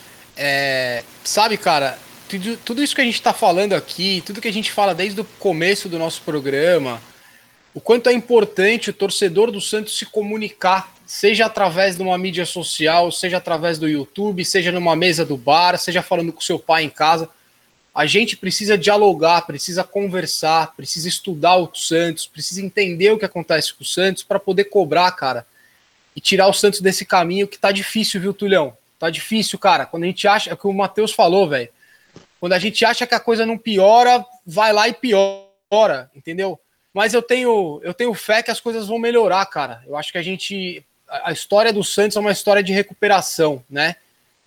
sabe, cara, tudo isso que a gente tá falando aqui, tudo que a gente fala desde o começo do nosso programa, o quanto é importante o torcedor do Santos se comunicar, seja através de uma mídia social, seja através do YouTube, seja numa mesa do bar, seja falando com seu pai em casa. A gente precisa dialogar, precisa conversar, precisa estudar o Santos, precisa entender o que acontece com o Santos para poder cobrar, cara, e tirar o Santos desse caminho que tá difícil, viu, Tulhão? Tá difícil, cara. Quando a gente acha, é o que o Matheus falou, velho. Quando a gente acha que a coisa não piora, vai lá e piora, entendeu? Mas eu tenho fé que as coisas vão melhorar, cara. Eu acho que a história do Santos é uma história de recuperação, né?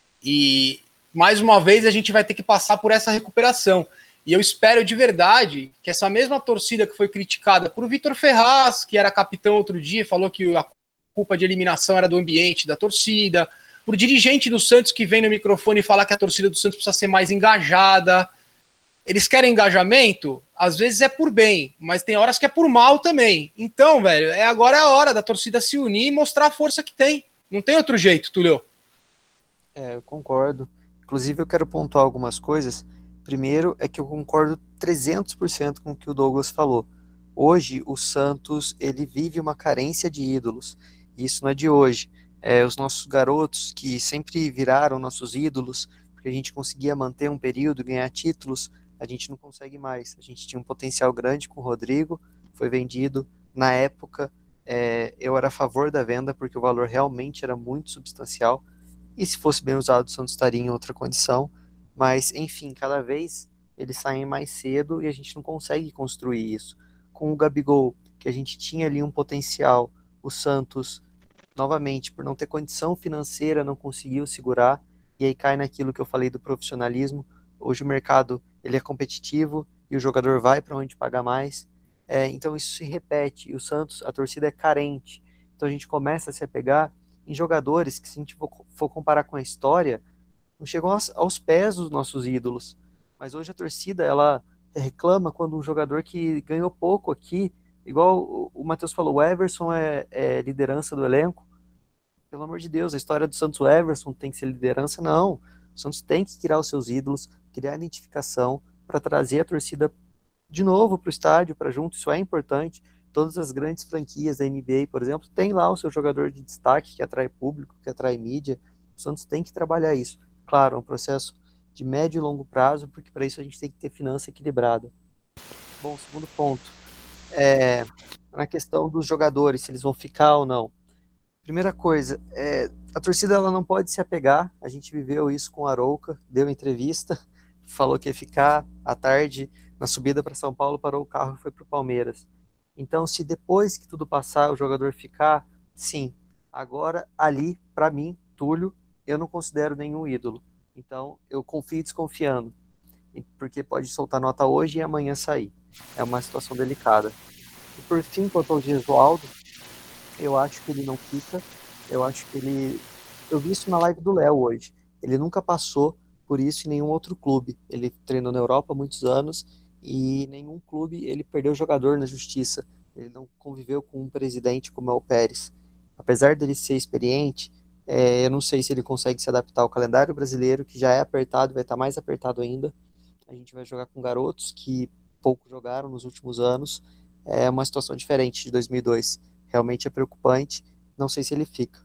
E mais uma vez a gente vai ter que passar por essa recuperação. E eu espero de verdade que essa mesma torcida que foi criticada por Vitor Ferraz, que era capitão outro dia, falou que a culpa de eliminação era do ambiente da torcida, por dirigente do Santos que vem no microfone e falar que a torcida do Santos precisa ser mais engajada. Eles querem engajamento? Às vezes é por bem, mas tem horas que é por mal também. Então, velho, agora é a hora da torcida se unir e mostrar a força que tem. Não tem outro jeito, Tulio. Eu concordo. Inclusive, eu quero pontuar algumas coisas. Primeiro é que eu concordo 300% com o que o Douglas falou. Hoje, o Santos ele vive uma carência de ídolos. E isso não é de hoje. Os nossos garotos, que sempre viraram nossos ídolos, porque a gente conseguia manter um período, ganhar títulos, a gente não consegue mais. A gente tinha um potencial grande com o Rodrigo, foi vendido. Na época, eu era a favor da venda, porque o valor realmente era muito substancial. E se fosse bem usado, o Santos estaria em outra condição. Mas, enfim, cada vez eles saem mais cedo e a gente não consegue construir isso. Com o Gabigol, que a gente tinha ali um potencial, o Santos, novamente, por não ter condição financeira, não conseguiu segurar, e aí cai naquilo que eu falei do profissionalismo. Hoje o mercado ele é competitivo e o jogador vai para onde paga mais. Então isso se repete, e o Santos, a torcida é carente. Então a gente começa a se apegar em jogadores que, se a gente for comparar com a história, não chegam aos pés dos nossos ídolos. Mas hoje a torcida, ela reclama quando um jogador que ganhou pouco aqui, igual o Matheus falou, o Everson é liderança do elenco. Pelo amor de Deus, a história do Santos, o Everson tem que ser liderança? Não. O Santos tem que criar os seus ídolos, criar identificação para trazer a torcida de novo para o estádio, para junto, isso é importante. Todas as grandes franquias da NBA, por exemplo, tem lá o seu jogador de destaque que atrai público, que atrai mídia. O Santos tem que trabalhar isso. Claro, é um processo de médio e longo prazo, porque para isso a gente tem que ter finança equilibrada. Bom, segundo ponto, na questão dos jogadores, se eles vão ficar ou não. Primeira coisa, a torcida ela não pode se apegar, a gente viveu isso com o Arouca, deu entrevista, falou que ia ficar à tarde, na subida para São Paulo, parou o carro e foi para o Palmeiras. Então, se depois que tudo passar, o jogador ficar, sim. Agora, ali, para mim, Túlio, eu não considero nenhum ídolo. Então, eu confio desconfiando, porque pode soltar nota hoje e amanhã sair. É uma situação delicada. E por fim, quanto ao Gesualdo, eu acho que ele não fica. Eu acho que ele... Eu vi isso na live do Léo hoje. Ele nunca passou por isso em nenhum outro clube. Ele treinou na Europa há muitos anos e em nenhum clube ele perdeu jogador na justiça. Ele não conviveu com um presidente como é o Pérez. Apesar dele ser experiente, eu não sei se ele consegue se adaptar ao calendário brasileiro, que já é apertado, vai estar mais apertado ainda. A gente vai jogar com garotos que pouco jogaram nos últimos anos. É uma situação diferente de 2002. Realmente é preocupante. Não sei se ele fica.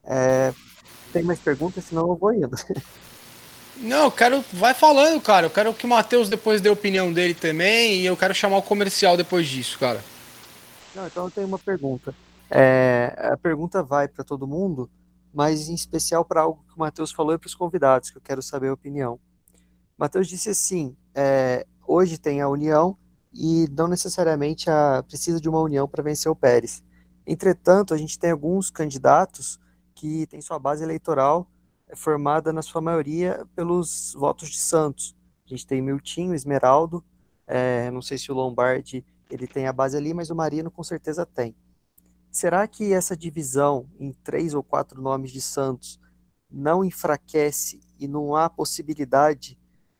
Tem mais perguntas? Senão eu vou indo. Não, eu quero. Vai falando, cara. Eu quero que o Matheus depois dê a opinião dele também. E eu quero chamar o comercial depois disso, cara. Não, então eu tenho uma pergunta. A pergunta vai para todo mundo, mas em especial para algo que o Matheus falou e para os convidados, que eu quero saber a opinião. O Matheus disse assim: hoje tem a união e não necessariamente precisa de uma união para vencer o Pérez. Entretanto, a gente tem alguns candidatos que têm sua base eleitoral formada, na sua maioria, pelos votos de Santos. A gente tem Miltinho, Esmeraldo, não sei se o Lombardi ele tem a base ali, mas o Marino com certeza tem. Será que essa divisão em 3 ou 4 nomes de Santos não enfraquece e não há possibilidade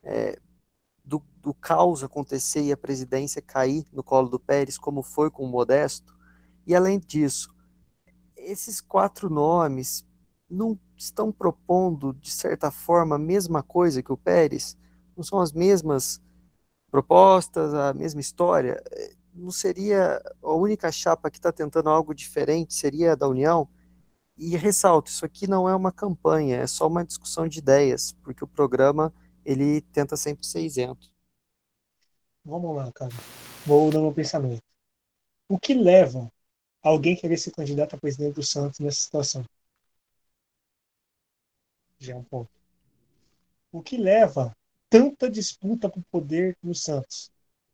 do caos acontecer e a presidência cair no colo do Pérez, como foi com o Modesto? E além disso, esses 4 nomes não estão propondo, de certa forma, a mesma coisa que o Pérez? Não são as mesmas propostas, a mesma história? Não seria a única chapa que está tentando algo diferente, seria a da União? E ressalto, isso aqui não é uma campanha, é só uma discussão de ideias, porque o programa ele tenta sempre ser isento. Vamos lá, cara. Vou dar meu pensamento. O que leva alguém querer ser candidato a presidente do Santos nessa situação? Já é um ponto. O que leva tanta disputa por poder no Santos?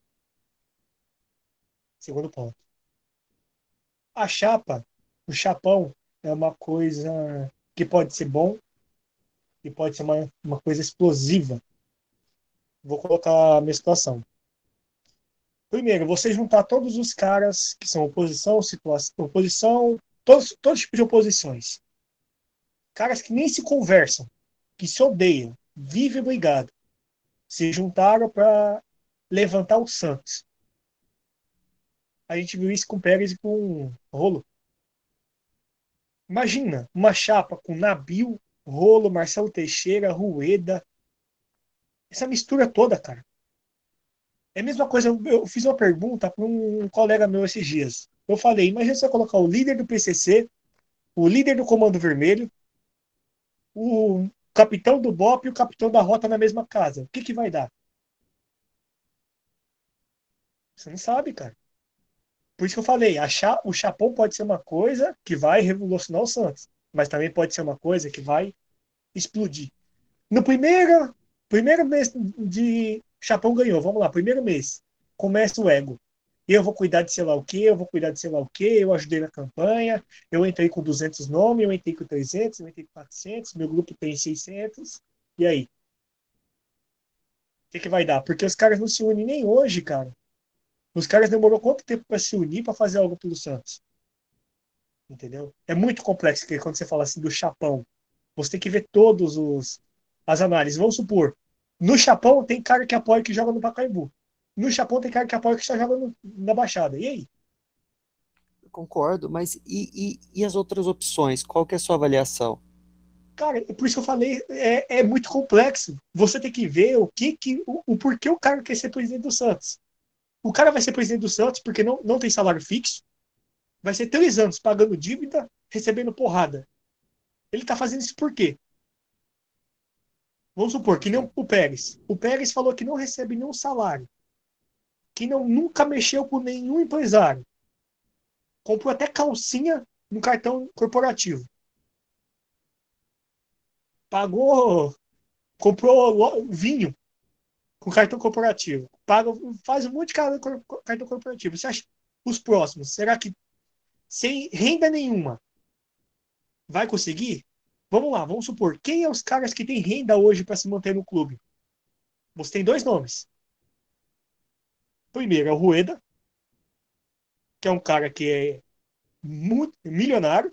Segundo ponto. A chapa, o chapão, é uma coisa que pode ser bom e pode ser uma coisa explosiva. Vou colocar a minha situação. Primeiro, você juntar todos os caras que são oposição, oposição, todo tipo de oposições. Caras que nem se conversam, que se odeiam, vivem brigado, se juntaram para levantar o Santos. A gente viu isso com o Pérez e com o Rolo. Imagina uma chapa com Nabil, Rolo, Marcelo Teixeira, Rueda. Essa mistura toda, cara. É a mesma coisa, eu fiz uma pergunta para um colega meu esses dias. Eu falei, imagina você colocar o líder do PCC, o líder do Comando Vermelho, o capitão do BOP e o capitão da Rota na mesma casa. O que que vai dar? Você não sabe, cara. Por isso que eu falei, o Chapão pode ser uma coisa que vai revolucionar o Santos, mas também pode ser uma coisa que vai explodir. No primeiro mês de Chapão ganhou, vamos lá, primeiro mês, começa o ego. Eu vou cuidar de sei lá o quê, eu vou cuidar de sei lá o quê, eu ajudei na campanha, eu entrei com 200 nomes, eu entrei com 300, eu entrei com 400, meu grupo tem 600, e aí? O que que vai dar? Porque os caras não se unem nem hoje, cara. Os caras demorou quanto tempo para se unir para fazer algo pelo Santos? entendeu? É muito complexo, porque quando você fala assim do Chapão, você tem que ver todos as análises. Vamos supor, no Chapão tem cara que apoia que joga no Pacaembu. No Chapão tem cara que apoia que só joga na Baixada. E aí? Concordo, mas e as outras opções? Qual que é a sua avaliação? Cara, é por isso que eu falei, é muito complexo. Você tem que ver o porquê o cara quer ser presidente do Santos. O cara vai ser presidente do Santos porque não tem salário fixo, vai ser 3 anos pagando dívida, recebendo porrada. Ele tá fazendo isso por quê? Vamos supor que nem o Pérez. O Pérez falou que não recebe nenhum salário, que nunca mexeu com nenhum empresário. Comprou até calcinha no cartão corporativo. Comprou vinho com cartão corporativo. Faz um monte de cartão corporativo. Você acha os próximos? Será que sem renda nenhuma vai conseguir? Vamos lá, vamos supor. Quem é os caras que têm renda hoje para se manter no clube? Você tem 2 nomes. Primeiro é o Rueda, que é um cara que é muito milionário,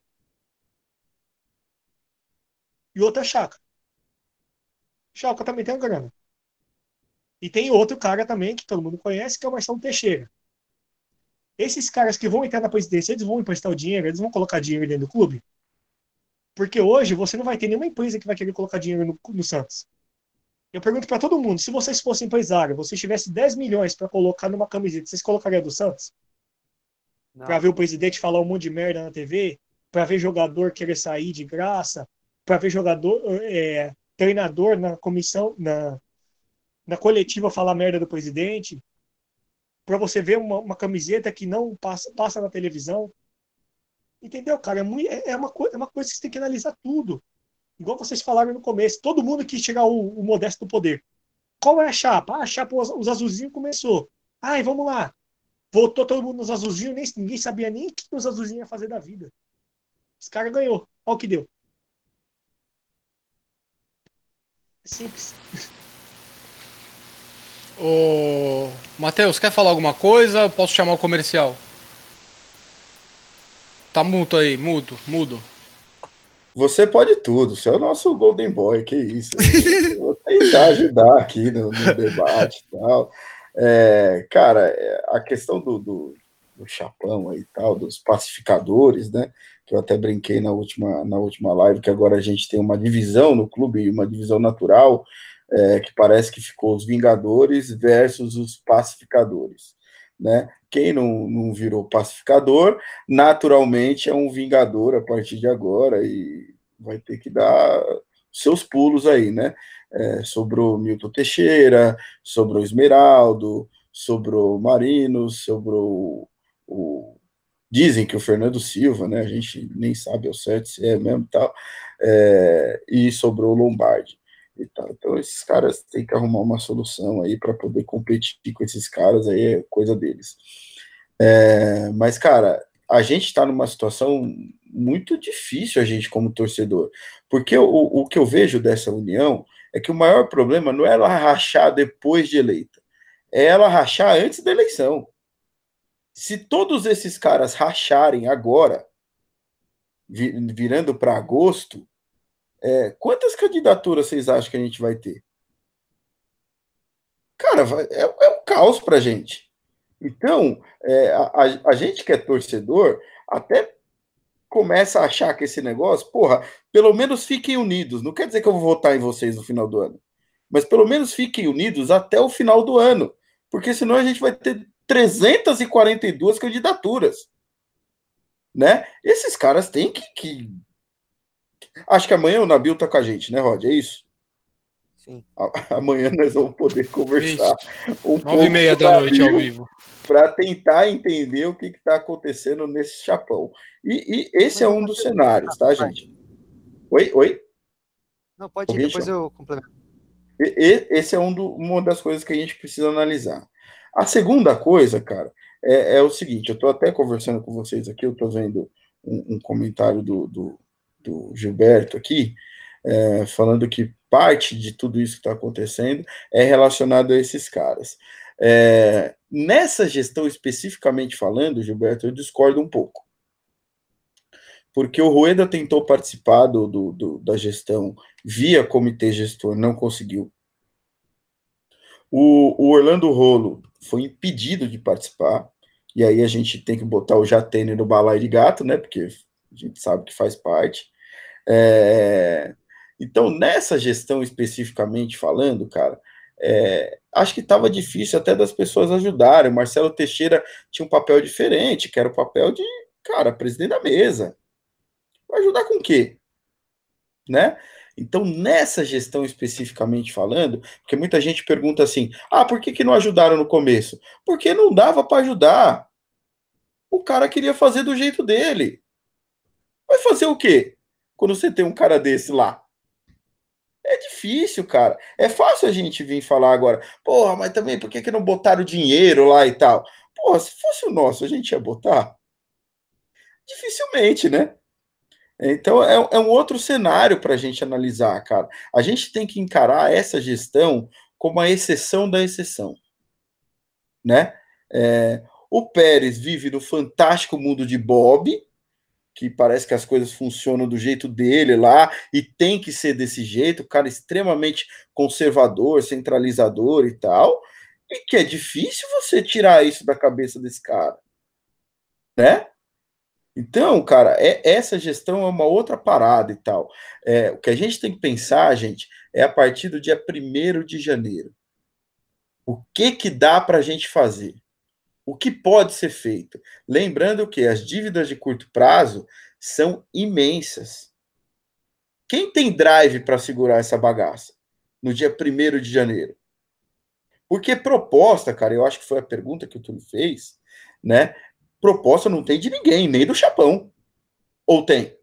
e outro é Chaka. Chaka também tem uma grana. E tem outro cara também que todo mundo conhece, que é o Marcelo Teixeira. Esses caras que vão entrar na presidência, eles vão emprestar o dinheiro, eles vão colocar dinheiro dentro do clube? Porque hoje você não vai ter nenhuma empresa que vai querer colocar dinheiro no Santos. Eu pergunto para todo mundo, se vocês fossem empresário, vocês tivessem 10 milhões para colocar numa camiseta, vocês colocariam do Santos? Para ver o presidente falar um monte de merda na TV? Para ver jogador querer sair de graça? Para ver treinador na comissão, na coletiva falar merda do presidente? Para você ver uma camiseta que não passa na televisão? Entendeu, cara? É uma coisa que você tem que analisar tudo. Igual vocês falaram no começo, todo mundo quis tirar o Modesto do poder. Qual é a chapa? A chapa, os azulzinhos começou. Ai, vamos lá. Votou todo mundo nos azulzinhos, ninguém sabia nem o que os azulzinhos iam fazer da vida. Os caras ganhou. Olha o que deu. É simples. Ô, Matheus, quer falar alguma coisa? Posso chamar o comercial? Tá mudo aí, mudo. Você pode tudo, você é o nosso Golden Boy, que isso. Eu vou tentar ajudar aqui no debate e tal. Cara, a questão do Chapão aí e tal, dos pacificadores, né? Que eu até brinquei na última live, que agora a gente tem uma divisão no clube, uma divisão natural, que parece que ficou os Vingadores versus os pacificadores, né? Quem não virou pacificador, naturalmente é um vingador a partir de agora e vai ter que dar seus pulos aí, né? Sobrou Milton Teixeira, sobrou Esmeraldo, sobrou Marinos, sobrou dizem que o Fernando Silva, né? A gente nem sabe ao certo se é mesmo tal, e sobrou o Lombardi. Então, esses caras têm que arrumar uma solução aí para poder competir com esses caras, aí é coisa deles. Mas, cara, a gente está numa situação muito difícil, a gente como torcedor, porque o que eu vejo dessa união é que o maior problema não é ela rachar depois de eleita, é ela rachar antes da eleição. Se todos esses caras racharem agora, virando para agosto, quantas candidaturas vocês acham que a gente vai ter? Cara, é um caos pra gente. Então, a gente que é torcedor, até começa a achar que esse negócio, porra, pelo menos fiquem unidos. Não quer dizer que eu vou votar em vocês no final do ano, mas pelo menos fiquem unidos até o final do ano, porque senão a gente vai ter 342 candidaturas, né? Esses caras têm que... Acho que amanhã o Nabil tá com a gente, né, Rod? É isso? Sim. Amanhã nós vamos poder conversar um pouco 9h30 da noite ao vivo, para tentar entender o que está acontecendo nesse Chapão. E esse é um dos cenários, tá, gente? Oi? Não, pode ir, depois eu complemento. Esse é uma das coisas que a gente precisa analisar. A segunda coisa, cara, é o seguinte, eu estou até conversando com vocês aqui, eu estou vendo um comentário do Gilberto aqui, falando que parte de tudo isso que está acontecendo é relacionado a esses caras. Nessa gestão especificamente falando, Gilberto, eu discordo um pouco. porque o Rueda tentou participar da gestão via comitê gestor, não conseguiu. O Orlando Rolo foi impedido de participar, e aí a gente tem que botar o Jatene no balaio de gato, né? Porque a gente sabe que faz parte. Então, nessa gestão especificamente falando, cara, acho que estava difícil até das pessoas ajudarem. O Marcelo Teixeira tinha um papel diferente, que era o papel de, cara, presidente da mesa. Vai ajudar com o quê? Né? Então, nessa gestão especificamente falando, porque muita gente pergunta assim, por que não ajudaram no começo? Porque não dava para ajudar. O cara queria fazer do jeito dele. Vai fazer o quê? Quando você tem um cara desse lá? É difícil, cara. É fácil a gente vir falar agora, porra, mas também por que não botaram dinheiro lá e tal? Porra, se fosse o nosso, a gente ia botar? Dificilmente, né? Então, é um outro cenário para a gente analisar, cara. A gente tem que encarar essa gestão como a exceção da exceção, né? O Pérez vive no fantástico mundo de Bob, que parece que as coisas funcionam do jeito dele lá, e tem que ser desse jeito, cara extremamente conservador, centralizador e tal, e que é difícil você tirar isso da cabeça desse cara, né? Então, cara, essa gestão é uma outra parada e tal. O que a gente tem que pensar, gente, é a partir do dia 1º de janeiro. O que dá para a gente fazer? O que pode ser feito? Lembrando que as dívidas de curto prazo são imensas. Quem tem drive para segurar essa bagaça no dia 1º de janeiro? Porque proposta, cara, eu acho que foi a pergunta que o Túlio fez, né? Proposta não tem de ninguém, nem do Chapão. Ou tem?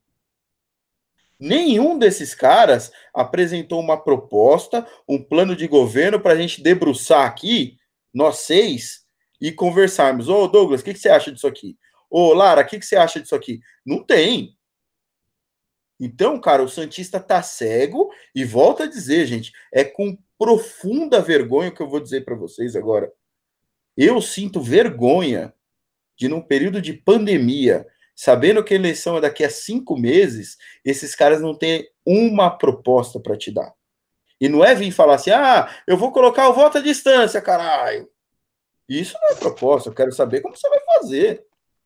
Nenhum desses caras apresentou uma proposta, um plano de governo para a gente debruçar aqui, nós 6, e conversarmos. Ô, Douglas, o que você acha disso aqui? Ô, Lara, o que você acha disso aqui? Não tem. Então, cara, o Santista tá cego e volta a dizer, gente, é com profunda vergonha que eu vou dizer para vocês agora. Eu sinto vergonha de, num período de pandemia, sabendo que a eleição é daqui a 5 meses, esses caras não têm uma proposta para te dar. E não é vir falar assim, eu vou colocar o voto à distância, caralho. Isso não é proposta, eu quero saber como você vai fazer.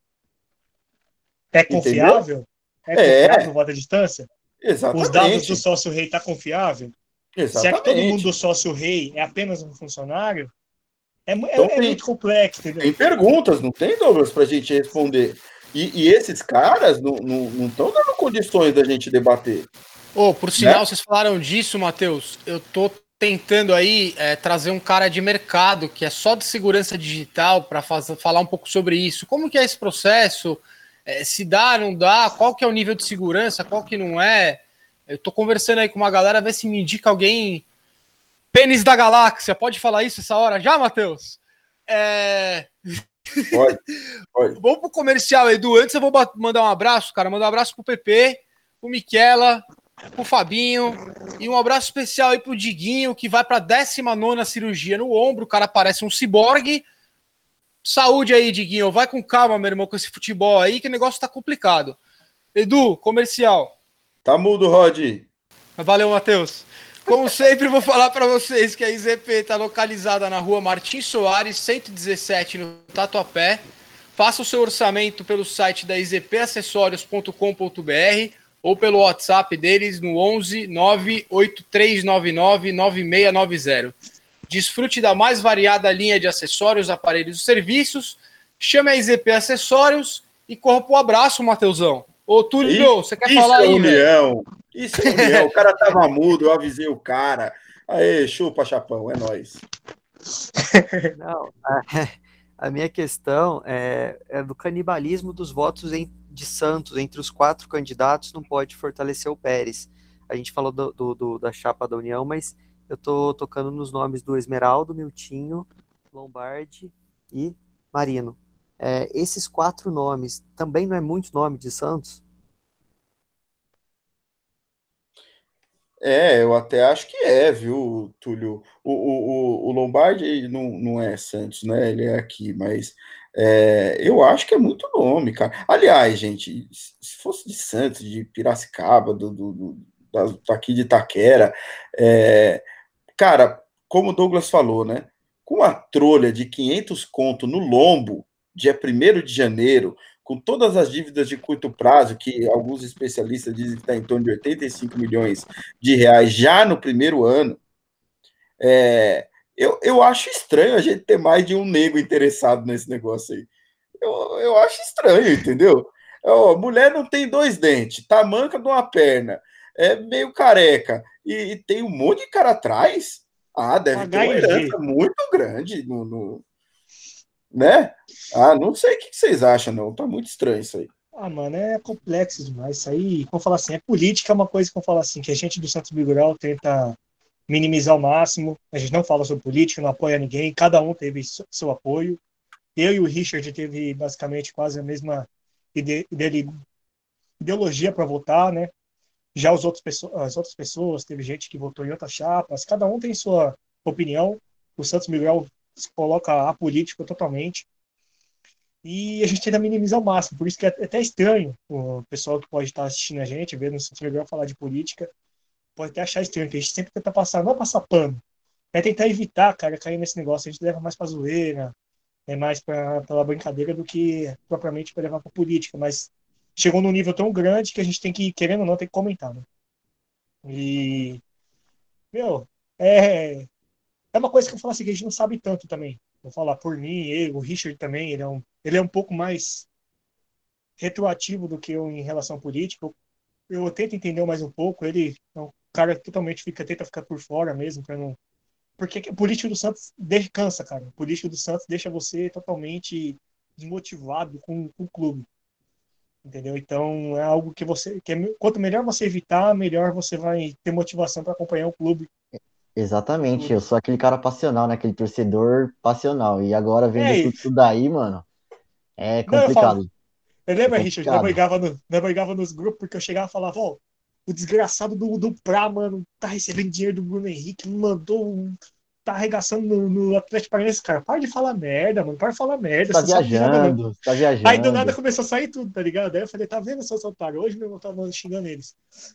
É confiável? É confiável o voto à distância? Exatamente. Os dados do sócio rei tá confiável? Exatamente. Se é que todo mundo do sócio rei é apenas um funcionário, então, muito complexo, entendeu? Tem perguntas, não tem, Douglas, para a gente responder. E esses caras não estão dando condições da gente debater. Por sinal, vocês falaram disso, Matheus. Eu tô tentando aí trazer um cara de mercado que é só de segurança digital para falar um pouco sobre isso. Como que é esse processo? Se dá, não dá? Qual que é o nível de segurança? Qual que não é? Eu tô conversando aí com uma galera, ver se me indica alguém. Pênis da galáxia, pode falar isso essa hora já, Matheus? Pode. Vamos pro comercial, Edu. Antes eu vou mandar um abraço, cara. Mandar um abraço pro PP, pro Michela, pro Fabinho. E um abraço especial aí pro Diguinho, que vai pra 19ª cirurgia no ombro. O cara parece um ciborgue. Saúde aí, Diguinho. Vai com calma, meu irmão, com esse futebol aí, que o negócio tá complicado. Edu, comercial. Tá mudo, Rod. Valeu, Matheus. Como sempre, vou falar para vocês que a IZP está localizada na rua Martins Soares, 117, no Tatuapé. Faça o seu orçamento pelo site da izpacessorios.com.br ou pelo WhatsApp deles no 11 98399 9690. Desfrute da mais variada linha de acessórios, aparelhos e serviços. Chame a IZP Acessórios e corra pro abraço, Matheusão. Ô, Túlio, você quer falar aí, velho? Isso é união. O cara tava mudo, eu avisei o cara. Aê, chupa, Chapão, é nóis. Não, a minha questão é do canibalismo dos votos de Santos, entre os 4 candidatos, não pode fortalecer o Pérez. A gente falou da chapa da União, mas eu tô tocando nos nomes do Esmeraldo, Miltinho, Lombardi e Marino. Esses 4 nomes, também não é muito nome de Santos? Eu até acho que viu, Túlio? O Lombardi não é Santos, né? Ele é aqui, mas eu acho que é muito nome, cara. Aliás, gente, se fosse de Santos, de Piracicaba, daqui de Itaquera, cara, como o Douglas falou, né? Com a trolha de 500 conto no lombo, dia 1º de janeiro, com todas as dívidas de curto prazo, que alguns especialistas dizem que está em torno de 85 milhões de reais já no primeiro ano, eu acho estranho a gente ter mais de um nego interessado nesse negócio aí. Eu acho estranho, entendeu? Mulher não tem 2 dentes, tá manca de uma perna, é meio careca, e tem um monte de cara atrás. Deve ter uma herança muito grande né? Não sei o que vocês acham, não. Tá muito estranho isso aí. Mano, é complexo demais. Isso aí, como falar assim, política é uma coisa que eu falo assim, que a gente do Santos Miguel tenta minimizar ao máximo. A gente não fala sobre política, não apoia ninguém, cada um teve seu apoio. Eu e o Richard teve basicamente quase a mesma ideologia para votar, né? Já as outras pessoas, teve gente que votou em outras chapas, cada um tem sua opinião. O Santos Miguel se coloca a política totalmente. E a gente tenta minimizar ao máximo, por isso que é até estranho o pessoal que pode estar assistindo a gente, vendo o Santos Miguel falar de política, pode até achar estranho, que a gente sempre tenta passar, não passar pano, é tentar evitar, cara, cair nesse negócio. A gente leva mais pra zoeira, é mais pela brincadeira do que propriamente para levar pra política, mas chegou num nível tão grande que a gente tem que, querendo ou não, tem que comentar, né? E, meu, é uma coisa que eu falo assim, que a gente não sabe tanto também. Vou falar por mim, o Richard também, ele é um pouco mais retroativo do que eu em relação à política. Eu tento entender mais um pouco, ele é um cara que totalmente tenta ficar por fora mesmo, para não. Porque o político do Santos cansa, cara. O político do Santos deixa você totalmente desmotivado com o clube. Entendeu? Então é algo que quanto melhor você evitar, melhor você vai ter motivação para acompanhar o clube. Exatamente, eu sou aquele cara passional, né? Aquele torcedor passional. E agora vendo tudo daí, mano, é complicado. Eu lembro, Richard, nós brigava nos grupos porque eu chegava e falava, o desgraçado do Prá, mano, tá recebendo dinheiro do Bruno Henrique, me mandou, tá arregaçando no Atlético Paranaense, cara. Para de falar merda, mano, para de falar merda. Tá viajando, tá viajando. Aí do nada começou a sair tudo, tá ligado? Aí eu falei, tá vendo, seus otários? Hoje mesmo eu tava xingando eles.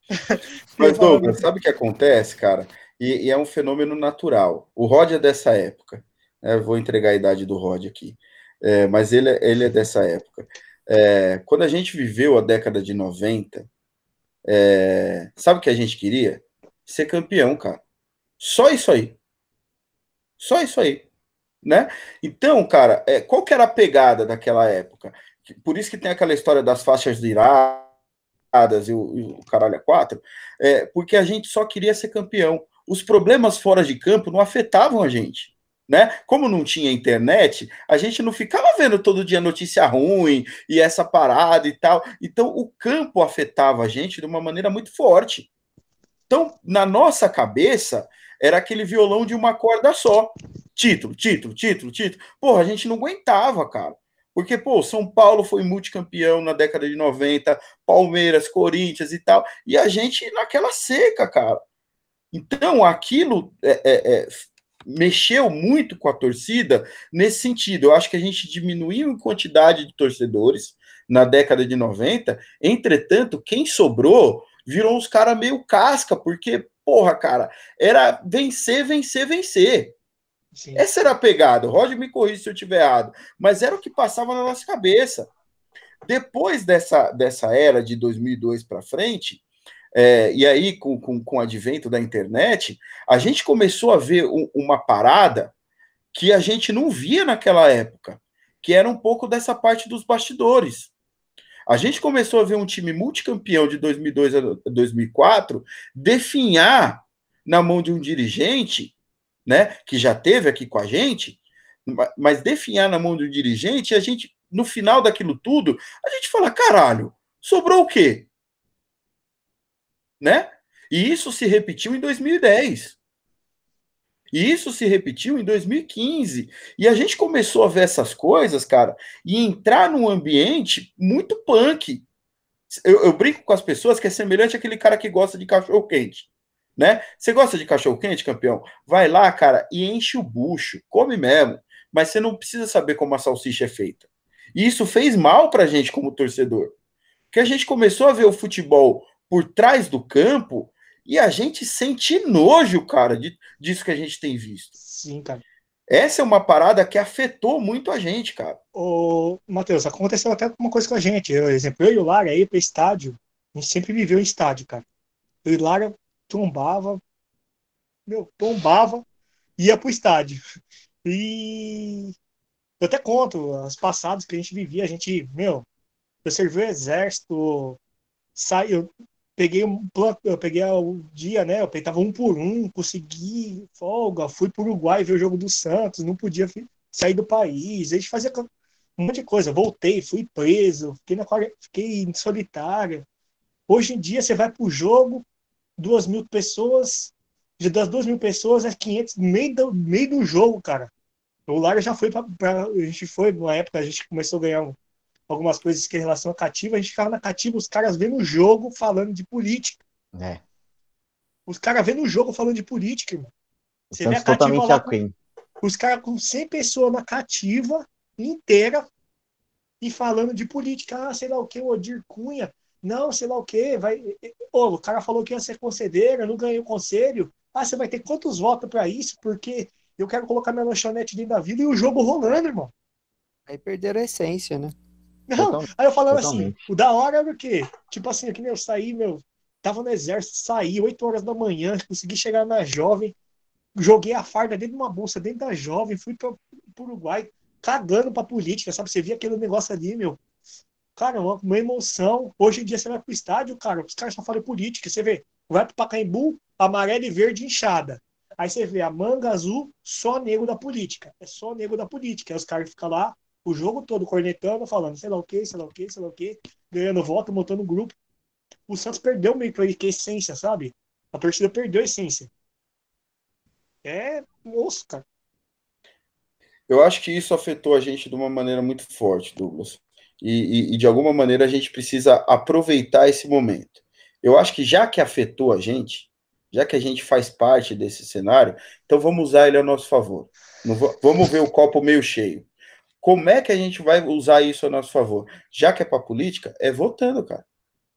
Mas, Douglas, sabe o que acontece, cara? E é um fenômeno natural. O Rod é dessa época. Eu vou entregar a idade do Rod aqui. Mas ele é dessa época. Quando a gente viveu a década de 90, sabe o que a gente queria? Ser campeão, cara. Só isso aí. Só isso aí. Né? Então, cara, qual que era a pegada daquela época? Por isso que tem aquela história das faixas viradas e o caralho a 4, porque a gente só queria ser campeão. Os problemas fora de campo não afetavam a gente. Né? Como não tinha internet, a gente não ficava vendo todo dia notícia ruim e essa parada e tal. Então, o campo afetava a gente de uma maneira muito forte. Então, na nossa cabeça, era aquele violão de uma corda só. Título, título, título, título. Porra, a gente não aguentava, cara. Porque, São Paulo foi multicampeão na década de 90, Palmeiras, Corinthians e tal, e a gente naquela seca, cara. Então, aquilo mexeu muito com a torcida nesse sentido. Eu acho que a gente diminuiu em quantidade de torcedores na década de 90, entretanto, quem sobrou virou uns caras meio casca, porque, porra, cara, era vencer, vencer, vencer. Sim. Essa era a pegada. O Roger me corrige se eu estiver errado, mas era o que passava na nossa cabeça. Depois dessa era de 2002 para frente, e aí com o advento da internet, a gente começou a ver uma parada que a gente não via naquela época, que era um pouco dessa parte dos bastidores. A gente começou a ver um time multicampeão de 2002 a 2004 definhar na mão de um dirigente, né, que já teve aqui com a gente, mas definhar na mão de um dirigente, e a gente, no final daquilo tudo, a gente fala, caralho, sobrou o quê? Né? E isso se repetiu em 2010. E isso se repetiu em 2015. E a gente começou a ver essas coisas, cara, e entrar num ambiente muito punk. Eu brinco com as pessoas que é semelhante àquele cara que gosta de cachorro-quente. né? Você gosta de cachorro-quente, campeão? Vai lá, cara, e enche o bucho, come mesmo, mas você não precisa saber como a salsicha é feita. E isso fez mal pra gente como torcedor, porque a gente começou a ver o futebol por trás do campo e a gente sente nojo, cara, disso que a gente tem visto. Sim, cara. Essa é uma parada que afetou muito a gente, cara. Ô, Matheus, aconteceu até uma coisa com a gente. Por exemplo, eu e o Lara aí para estádio, a gente sempre viveu em estádio, cara. Eu e o Lara tombava, ia pro estádio. E eu até conto as passadas que a gente vivia. A gente, eu servi o exército, eu peguei o dia, né? Eu tava 1 por 1, consegui folga, fui pro Uruguai ver o jogo do Santos, não podia sair do país. A gente fazia um monte de coisa. Voltei, fui preso, fiquei em solitária. Hoje em dia, você vai pro jogo, 2.000 pessoas, das 2.000 pessoas, é 500 no meio do jogo, cara. O Lara já foi a gente foi, numa época, a gente começou a ganhar algumas coisas que em relação à cativa, a gente ficava na cativa, os caras vendo o jogo falando de política. É. Os caras vendo o jogo falando de política, irmão. O Você vê a Santos cativa totalmente lá, aquém. os caras com 100 pessoas na cativa inteira e falando de política. Ah, sei lá o que, o Odir Cunha. Não, sei lá o que. O cara falou que ia ser conselheiro, não ganhou conselho. Ah, você vai ter quantos votos para isso? Porque eu quero colocar minha lanchonete dentro da vila e o jogo rolando, irmão. Aí perderam a essência, né? Não, aí eu falando Totalmente. assim, o da hora era o quê? Tipo assim, que nem eu saí, tava no exército, saí 8 horas da manhã, consegui chegar na Jovem, joguei a farda dentro de uma bolsa, dentro da Jovem, fui pro Uruguai, cagando pra política, sabe? Você via aquele negócio ali, cara, uma emoção. Hoje em dia você vai pro estádio, cara, os caras só falam política, você vê, vai pro Pacaembu, amarelo e verde inchada. Aí você vê a manga azul, só nego da política. É só nego da política. Aí os caras ficam lá o jogo todo cornetando, falando sei lá o que, sei lá o que, sei lá o que, ganhando voto, montando grupo. O Santos perdeu meio que a essência, sabe? A torcida perdeu a essência. É moço, cara. Eu acho que isso afetou a gente de uma maneira muito forte, Douglas. E de alguma maneira a gente precisa aproveitar esse momento. Eu acho que já que afetou a gente, já que a gente faz parte desse cenário, então vamos usar ele a nosso favor. Vamos ver o copo meio cheio. Como é que a gente vai usar isso a nosso favor? Já que é para política, é votando, cara.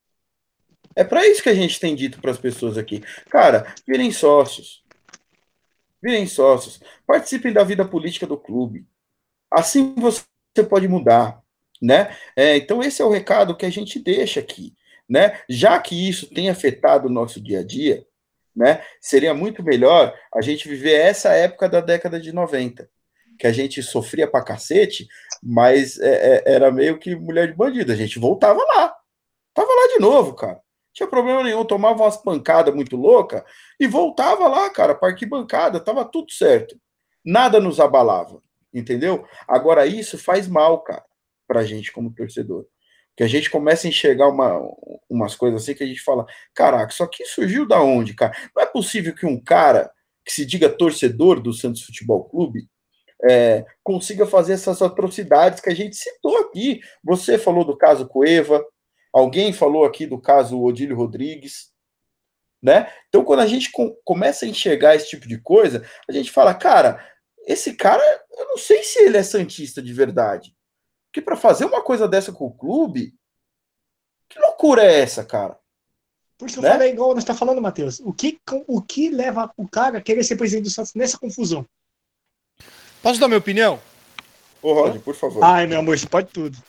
É para isso que a gente tem dito para as pessoas aqui. Cara, virem sócios. Virem sócios. Participem da vida política do clube. Assim você pode mudar, né? Então esse é o recado que a gente deixa aqui, né? Já que isso tem afetado o nosso dia a dia, né? Seria muito melhor a gente viver essa época da década de 90, que a gente sofria pra cacete, mas era meio que mulher de bandido. A gente voltava lá. Tava lá de novo, cara. Não tinha problema nenhum. Tomava umas pancadas muito loucas e voltava lá, cara, pra arquibancada. Tava tudo certo. Nada nos abalava, entendeu? Agora, isso faz mal, cara, pra gente como torcedor. Que a gente começa a enxergar umas coisas assim que a gente fala, caraca, isso aqui surgiu da onde, cara? Não é possível que um cara que se diga torcedor do Santos Futebol Clube consiga fazer essas atrocidades que a gente citou aqui. Você falou do caso Cueva, alguém falou aqui do caso Odílio Rodrigues, né? Então, quando a gente começa a enxergar esse tipo de coisa, a gente fala, cara, esse cara, eu não sei se ele é santista de verdade. Porque para fazer uma coisa dessa com o clube, que loucura é essa, cara? Por isso que eu falei, igual nós tá falando, Matheus. O que leva o cara a querer ser presidente do Santos nessa confusão? Posso dar minha opinião? Ô, Rod, por favor. Ai, meu amor, você pode tudo.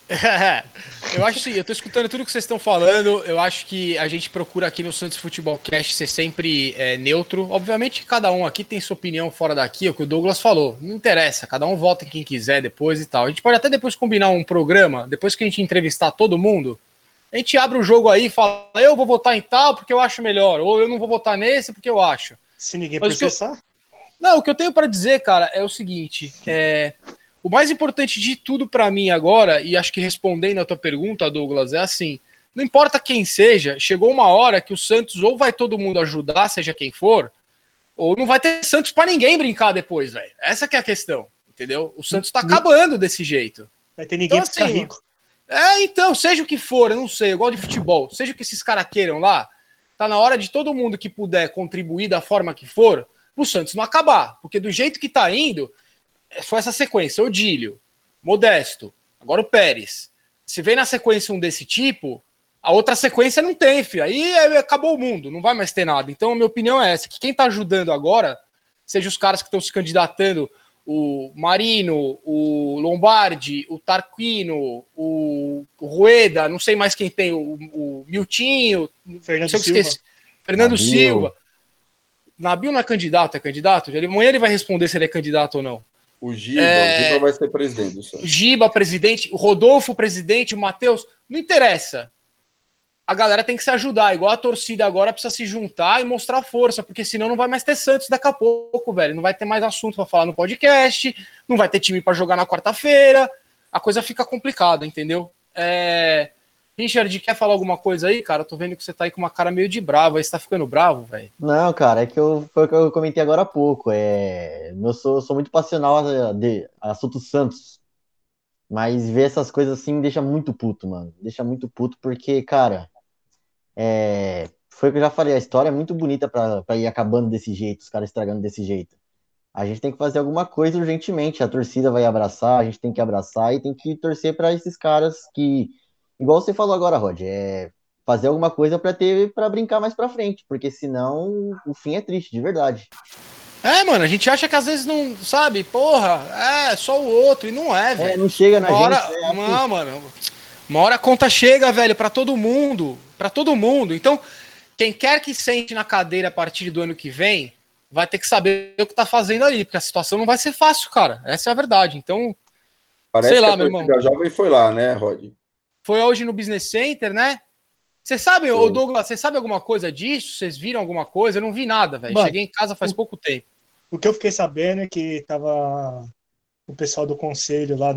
Eu acho assim, eu tô escutando tudo que vocês estão falando. Eu acho que a gente procura aqui no Santos Futebol Cast ser sempre neutro. Obviamente, cada um aqui tem sua opinião fora daqui, é o que o Douglas falou. Não interessa, cada um vota em quem quiser depois e tal. A gente pode até depois combinar um programa, depois que a gente entrevistar todo mundo, a gente abre o jogo aí e fala, eu vou votar em tal porque eu acho melhor, ou eu não vou votar nesse porque eu acho. Se ninguém processar? Não, o que eu tenho para dizer, cara, é o seguinte, o mais importante de tudo para mim agora, e acho que respondendo a tua pergunta, Douglas, é assim, não importa quem seja, chegou uma hora que o Santos ou vai todo mundo ajudar, seja quem for, ou não vai ter Santos para ninguém brincar depois, velho. Essa que é a questão, entendeu? O Santos tá acabando desse jeito. Vai ter ninguém então, pra ficar assim, rico. então, seja o que for, eu não sei, eu gosto de futebol, seja o que esses caras queiram lá, tá na hora de todo mundo que puder contribuir da forma que for, pro Santos não acabar. Porque do jeito que tá indo, foi essa sequência, Odílio, Modesto, agora o Pérez. Se vem na sequência um desse tipo, a outra sequência não tem, filho. Aí acabou o mundo, não vai mais ter nada. Então, a minha opinião é essa, que quem tá ajudando agora, seja os caras que estão se candidatando, o Marino, o Lombardi, o Tarquino, o Rueda, não sei mais quem tem, o Miltinho, Fernando Silva. Nabil não é candidato, é candidato? Amanhã ele vai responder se ele é candidato ou não. O Giba vai ser presidente do Santos. O Giba, presidente, o Rodolfo, presidente, o Matheus, não interessa. A galera tem que se ajudar, igual a torcida agora precisa se juntar e mostrar força, porque senão não vai mais ter Santos daqui a pouco, velho. Não vai ter mais assunto para falar no podcast, não vai ter time para jogar na quarta-feira, a coisa fica complicada, entendeu? Richard, quer falar alguma coisa aí, cara? Eu tô vendo que você tá aí com uma cara meio de bravo, aí você tá ficando bravo, velho. Não, cara, foi o que eu comentei agora há pouco. Eu sou muito passional de assunto Santos, mas ver essas coisas assim me deixa muito puto, mano. Deixa muito puto porque, cara, foi o que eu já falei, a história é muito bonita pra ir acabando desse jeito, os caras estragando desse jeito. A gente tem que fazer alguma coisa urgentemente, a torcida vai abraçar, a gente tem que abraçar e tem que torcer pra esses caras que, igual você falou agora, Rod, fazer alguma coisa pra brincar mais pra frente, porque senão o fim é triste, de verdade. Mano, a gente acha que às vezes não, sabe, porra, só o outro, e não é, velho. Não chega na gente. Não, mano, uma hora a conta chega, velho, pra todo mundo, Então, quem quer que sente na cadeira a partir do ano que vem, vai ter que saber o que tá fazendo aí, porque a situação não vai ser fácil, cara, essa é a verdade. Então, parece sei lá, que meu irmão. A Jovem foi lá, né, Rod? Foi hoje no Business Center, né? Você sabe, ô Douglas, você sabe alguma coisa disso? Vocês viram alguma coisa? Eu não vi nada, velho. Cheguei em casa faz pouco tempo. O que eu fiquei sabendo é que tava o pessoal do conselho lá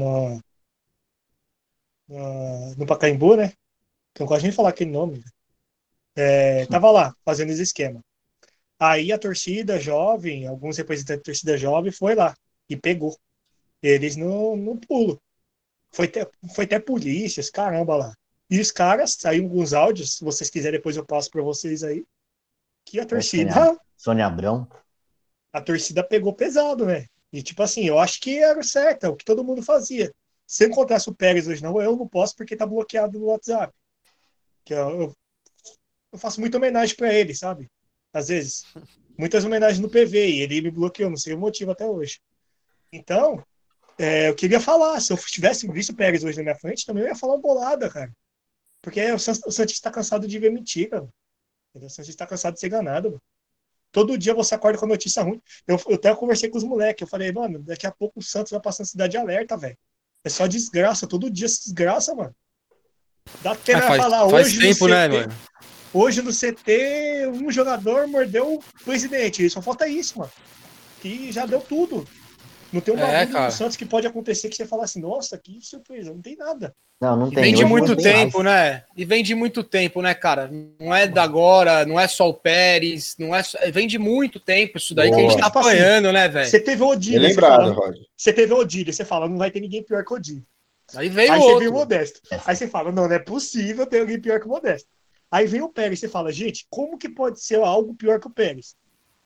no Pacaembu, né? Que eu não gosto nem de falar aquele nome. Tava lá, fazendo esse esquema. Aí a torcida jovem, alguns representantes da torcida jovem, foi lá e pegou eles no pulo. Foi até polícias, caramba lá. E os caras, saiu alguns áudios, se vocês quiserem, depois eu passo para vocês aí, que a torcida... Sônia Abrão. A torcida pegou pesado, né? E tipo assim, eu acho que era o certo, é o que todo mundo fazia. Se eu encontrasse o Pérez hoje, eu não posso porque tá bloqueado no WhatsApp. Que eu faço muita homenagem para ele, sabe? Às vezes. Muitas homenagens no PV e ele me bloqueou, não sei o motivo até hoje. Então, eu queria falar, se eu tivesse visto o Pérez hoje na minha frente, também eu ia falar uma bolada, cara. Porque o Santista tá cansado de ver mentira, mano. O Santista tá cansado de ser enganado, mano. Todo dia você acorda com a notícia ruim. Eu até conversei com os moleques, eu falei, mano, daqui a pouco o Santos vai passar na cidade alerta, velho. É só desgraça, todo dia se desgraça, mano. Dá pena falar faz hoje tempo, no CT, né, mano? Hoje no CT, um jogador mordeu o presidente. Só falta isso, mano. Que já deu tudo. Não tem um bagulho do Santos que pode acontecer que você fala assim, nossa, que surpresa. Não tem nada. Não tem. Vem de muito tempo, né? E vem de muito tempo, né, cara? Não é da agora, não é só o Pérez, vem de muito tempo isso daí que a gente tá apanhando, né, velho? Você teve o Odílio. Lembrado, Roger. Você teve o Odílio, você fala, não vai ter ninguém pior que o Odílio. Aí veio Aí outro. você viu o Modesto. Aí você fala, não é possível ter alguém pior que o Modesto. Aí vem o Pérez, você fala, gente, como que pode ser algo pior que o Pérez?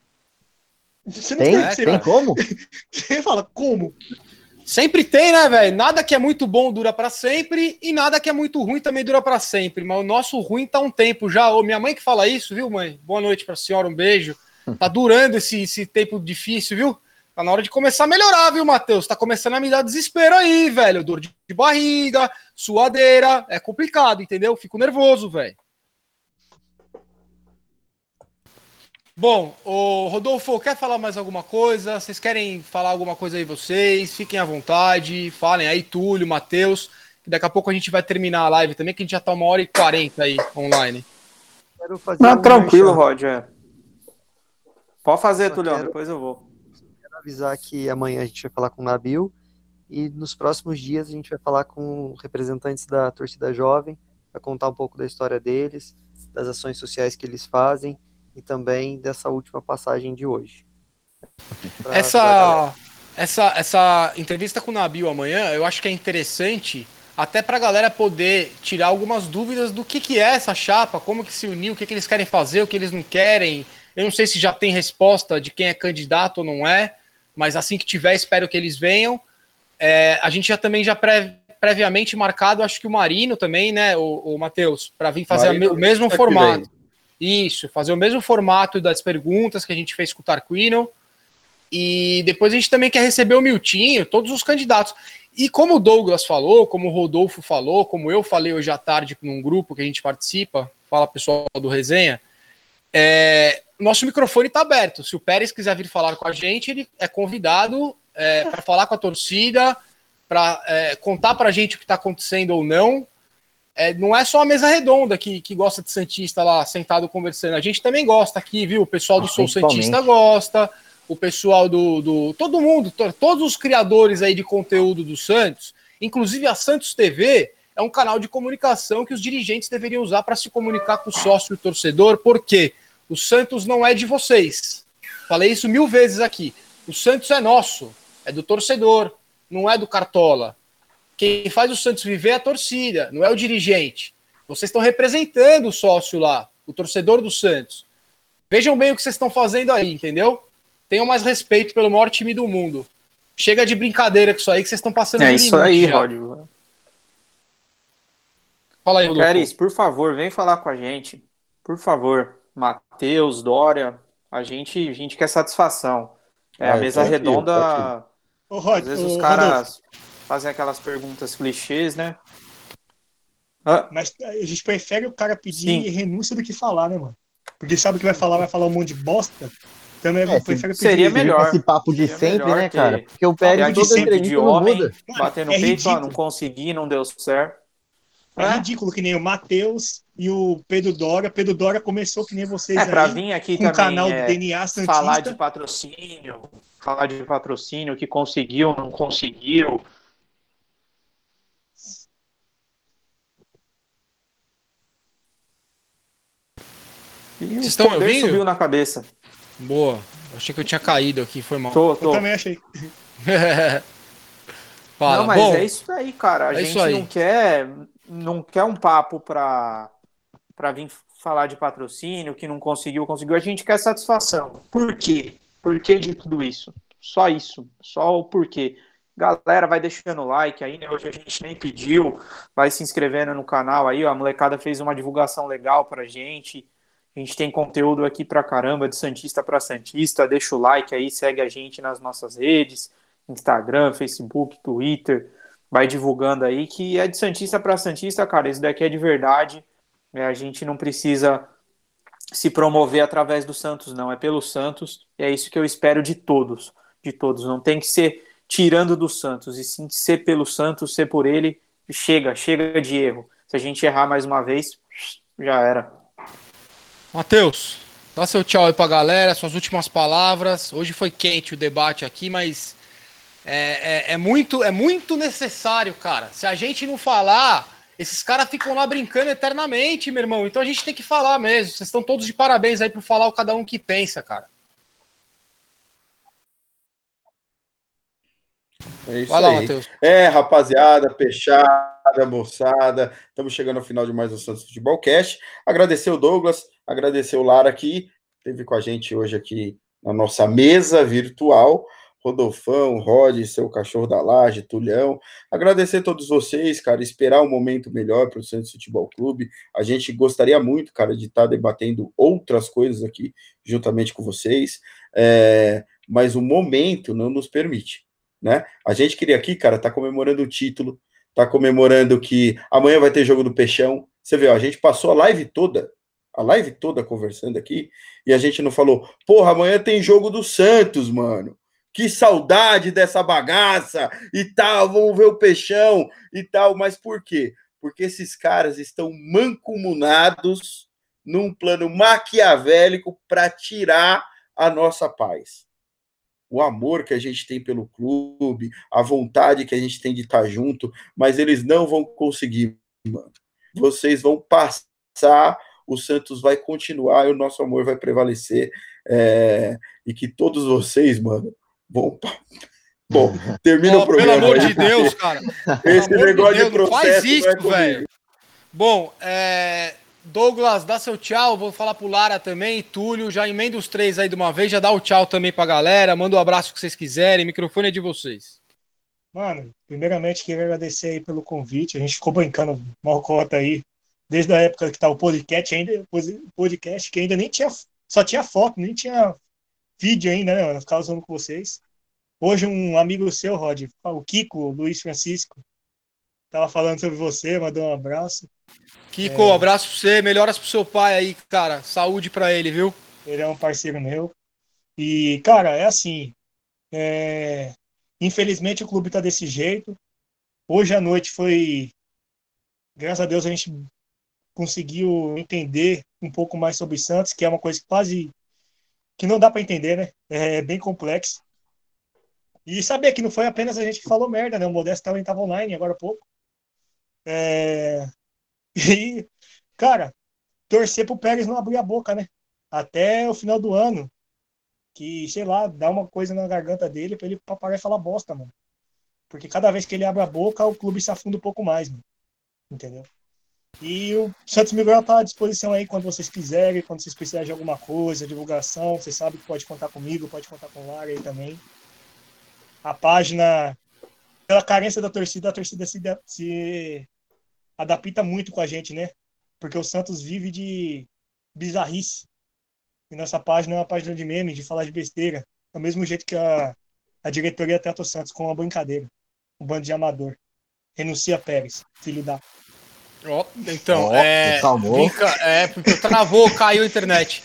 Você não tem como? Você fala, como? Sempre tem, né, velho? Nada que é muito bom dura pra sempre e nada que é muito ruim também dura pra sempre. Mas o nosso ruim tá um tempo já. Ô, minha mãe que fala isso, viu, mãe? Boa noite pra senhora, um beijo. Tá durando esse tempo difícil, viu? Tá na hora de começar a melhorar, viu, Matheus? Tá começando a me dar desespero aí, velho. Dor de barriga, suadeira. É complicado, entendeu? Fico nervoso, velho. Bom, o Rodolfo, quer falar mais alguma coisa? Vocês querem falar alguma coisa aí vocês? Fiquem à vontade, falem aí, Túlio, Matheus, que daqui a pouco a gente vai terminar a live também, que a gente já tá 1h40 aí, online. Quero fazer tranquilo, Roger. Pode fazer, Tulião, depois eu vou. Quero avisar que amanhã a gente vai falar com o Nabil e nos próximos dias a gente vai falar com representantes da torcida jovem, para contar um pouco da história deles, das ações sociais que eles fazem, e também dessa última passagem de hoje. Essa entrevista com o Nabil amanhã, eu acho que é interessante até para a galera poder tirar algumas dúvidas do que é essa chapa, como que se uniu, o que eles querem fazer, o que eles não querem. Eu não sei se já tem resposta de quem é candidato ou não é, mas assim que tiver, espero que eles venham. A gente já previamente marcado, acho que o Marino também, né, o Matheus, para vir fazer o mesmo formato. Isso, fazer o mesmo formato das perguntas que a gente fez com o Tarquino. E depois a gente também quer receber o Miltinho, todos os candidatos. E como o Douglas falou, como o Rodolfo falou, como eu falei hoje à tarde num grupo que a gente participa, fala pessoal do Resenha, nosso microfone está aberto. Se o Pérez quiser vir falar com a gente, ele é convidado para falar com a torcida, para contar para a gente o que está acontecendo ou não. Não é só a mesa redonda que gosta de Santista lá, sentado conversando. A gente também gosta aqui, viu? O pessoal do Sou Santista gosta, o pessoal todo mundo, todos os criadores aí de conteúdo do Santos, inclusive a Santos TV, é um canal de comunicação que os dirigentes deveriam usar para se comunicar com o sócio e o torcedor, porque o Santos não é de vocês. Falei isso 1000 vezes aqui. O Santos é nosso, é do torcedor, não é do Cartola. Quem faz o Santos viver é a torcida, não é o dirigente. Vocês estão representando o sócio lá, o torcedor do Santos. Vejam bem o que vocês estão fazendo aí, entendeu? Tenham mais respeito pelo maior time do mundo. Chega de brincadeira com isso aí, que vocês estão passando do isso aí, já. Rod. Fala aí, Rodolfo. Pérez, por favor, vem falar com a gente. Por favor. Matheus, Dória, a gente quer satisfação. A mesa redonda... Rod, às vezes os caras fazem aquelas perguntas clichês, né? Mas a gente prefere o cara pedir renúncia do que falar, né, mano? Porque sabe que vai falar um monte de bosta. Então prefere pedir. Seria melhor. Esse papo de sempre, né, cara? Porque o Pérez toda entrevista de homem, muda. Bater no peito, não consegui, não deu certo. É ridículo que nem o Matheus e o Pedro Dória. Pedro Dória começou que nem vocês aí. Pra vir aqui com também, o canal do DNA Santista. Falar de patrocínio, que conseguiu, não conseguiu. Vocês estão me ouvindo? Subiu na cabeça. Boa. Achei que eu tinha caído aqui, foi mal. Eu também achei. Fala. Não, mas é isso aí, cara. A gente não quer um papo pra vir falar de patrocínio, que não conseguiu. A gente quer satisfação. Por quê? Por que de tudo isso? Só isso. Só o porquê. Galera, vai deixando o like aí, né? Hoje a gente nem pediu. Vai se inscrevendo no canal aí, ó. A molecada fez uma divulgação legal pra gente. A gente tem conteúdo aqui pra caramba, de Santista pra Santista. Deixa o like aí, segue a gente nas nossas redes. Instagram, Facebook, Twitter. Vai divulgando aí, que é de Santista pra Santista, cara. Isso daqui é de verdade. A gente não precisa se promover através do Santos, não. É pelo Santos. E é isso que eu espero de todos. De todos. Não tem que ser tirando do Santos. E sim ser pelo Santos, ser por ele. Chega de erro. Se a gente errar mais uma vez, já era. Matheus, dá seu tchau aí pra galera, suas últimas palavras. Hoje foi quente o debate aqui, mas é muito necessário, cara. Se a gente não falar, esses caras ficam lá brincando eternamente, meu irmão. Então a gente tem que falar mesmo. Vocês estão todos de parabéns aí por falar o cada um que pensa, cara. É isso aí. Matheus. Rapaziada, peixada, moçada, estamos chegando ao final de mais um Santos Futebol Cast. Agradecer o Douglas, agradecer o Lara que esteve com a gente hoje aqui na nossa mesa virtual. Rodolfão, Rod, seu cachorro da laje, Tulhão. Agradecer a todos vocês, cara, esperar um momento melhor para o Santos Futebol Clube. A gente gostaria muito, cara, de estar debatendo outras coisas aqui juntamente com vocês, mas o momento não nos permite. Né? A gente queria aqui, cara, tá comemorando o título, tá comemorando que amanhã vai ter jogo do Peixão. Você vê, ó, a gente passou a live toda conversando aqui, e a gente não falou, porra, amanhã tem jogo do Santos, mano. Que saudade dessa bagaça e tal, vamos ver o Peixão e tal. Mas por quê? Porque esses caras estão mancomunados num plano maquiavélico para tirar a nossa paz. O amor que a gente tem pelo clube, a vontade que a gente tem de estar junto, mas eles não vão conseguir, mano. Vocês vão passar, o Santos vai continuar e o nosso amor vai prevalecer. E que todos vocês, mano, vão Bom, termina o Pelo programa amor aí, de Deus, cara. esse Pelo amor negócio de Deus, não processo faz não é isso, comigo. velho. Bom, Douglas, dá seu tchau. Vou falar pro Lara também. Túlio, já emenda os três aí de uma vez. Já dá o tchau também pra galera. Manda o abraço que vocês quiserem. O microfone é de vocês. Mano, primeiramente queria agradecer aí pelo convite. A gente ficou brincando mal cota aí, desde a época que tá o podcast que ainda nem tinha, só tinha foto, nem tinha vídeo ainda, né, mano? Eu ficava usando com vocês. Hoje um amigo seu, Rod, o Kiko, o Luiz Francisco, tava falando sobre você, mandou um abraço. Kiko, abraço pra você. Melhoras pro seu pai aí, cara. Saúde pra ele, viu? Ele é um parceiro meu. E, cara, é assim, é, infelizmente o clube tá desse jeito. Hoje à noite foi, graças a Deus, a gente conseguiu entender um pouco mais sobre o Santos, que é uma coisa quase que não dá para entender, né? É bem complexo. E saber que não foi apenas a gente que falou merda, né? O Modesto também estava online agora há pouco. É... E, cara, torcer pro Pérez não abrir a boca, né? Até o final do ano, que, sei lá, dá uma coisa na garganta dele para ele parar e falar bosta, mano. Porque cada vez que ele abre a boca, o clube se afunda um pouco mais, mano. Entendeu? E o Santos Miguel está à disposição aí quando vocês quiserem, quando vocês precisarem de alguma coisa, divulgação, vocês sabem que pode contar comigo, pode contar com o Lara aí também. A página, pela carência da torcida, a torcida se adapta muito com a gente, né? Porque o Santos vive de bizarrice. E nossa página é uma página de meme, de falar de besteira. Do mesmo jeito que a diretoria trata o Santos com uma brincadeira. Um bando de amador. Renuncia Pérez, filho da... Ó, então, Calmou. porque travou, caiu a internet.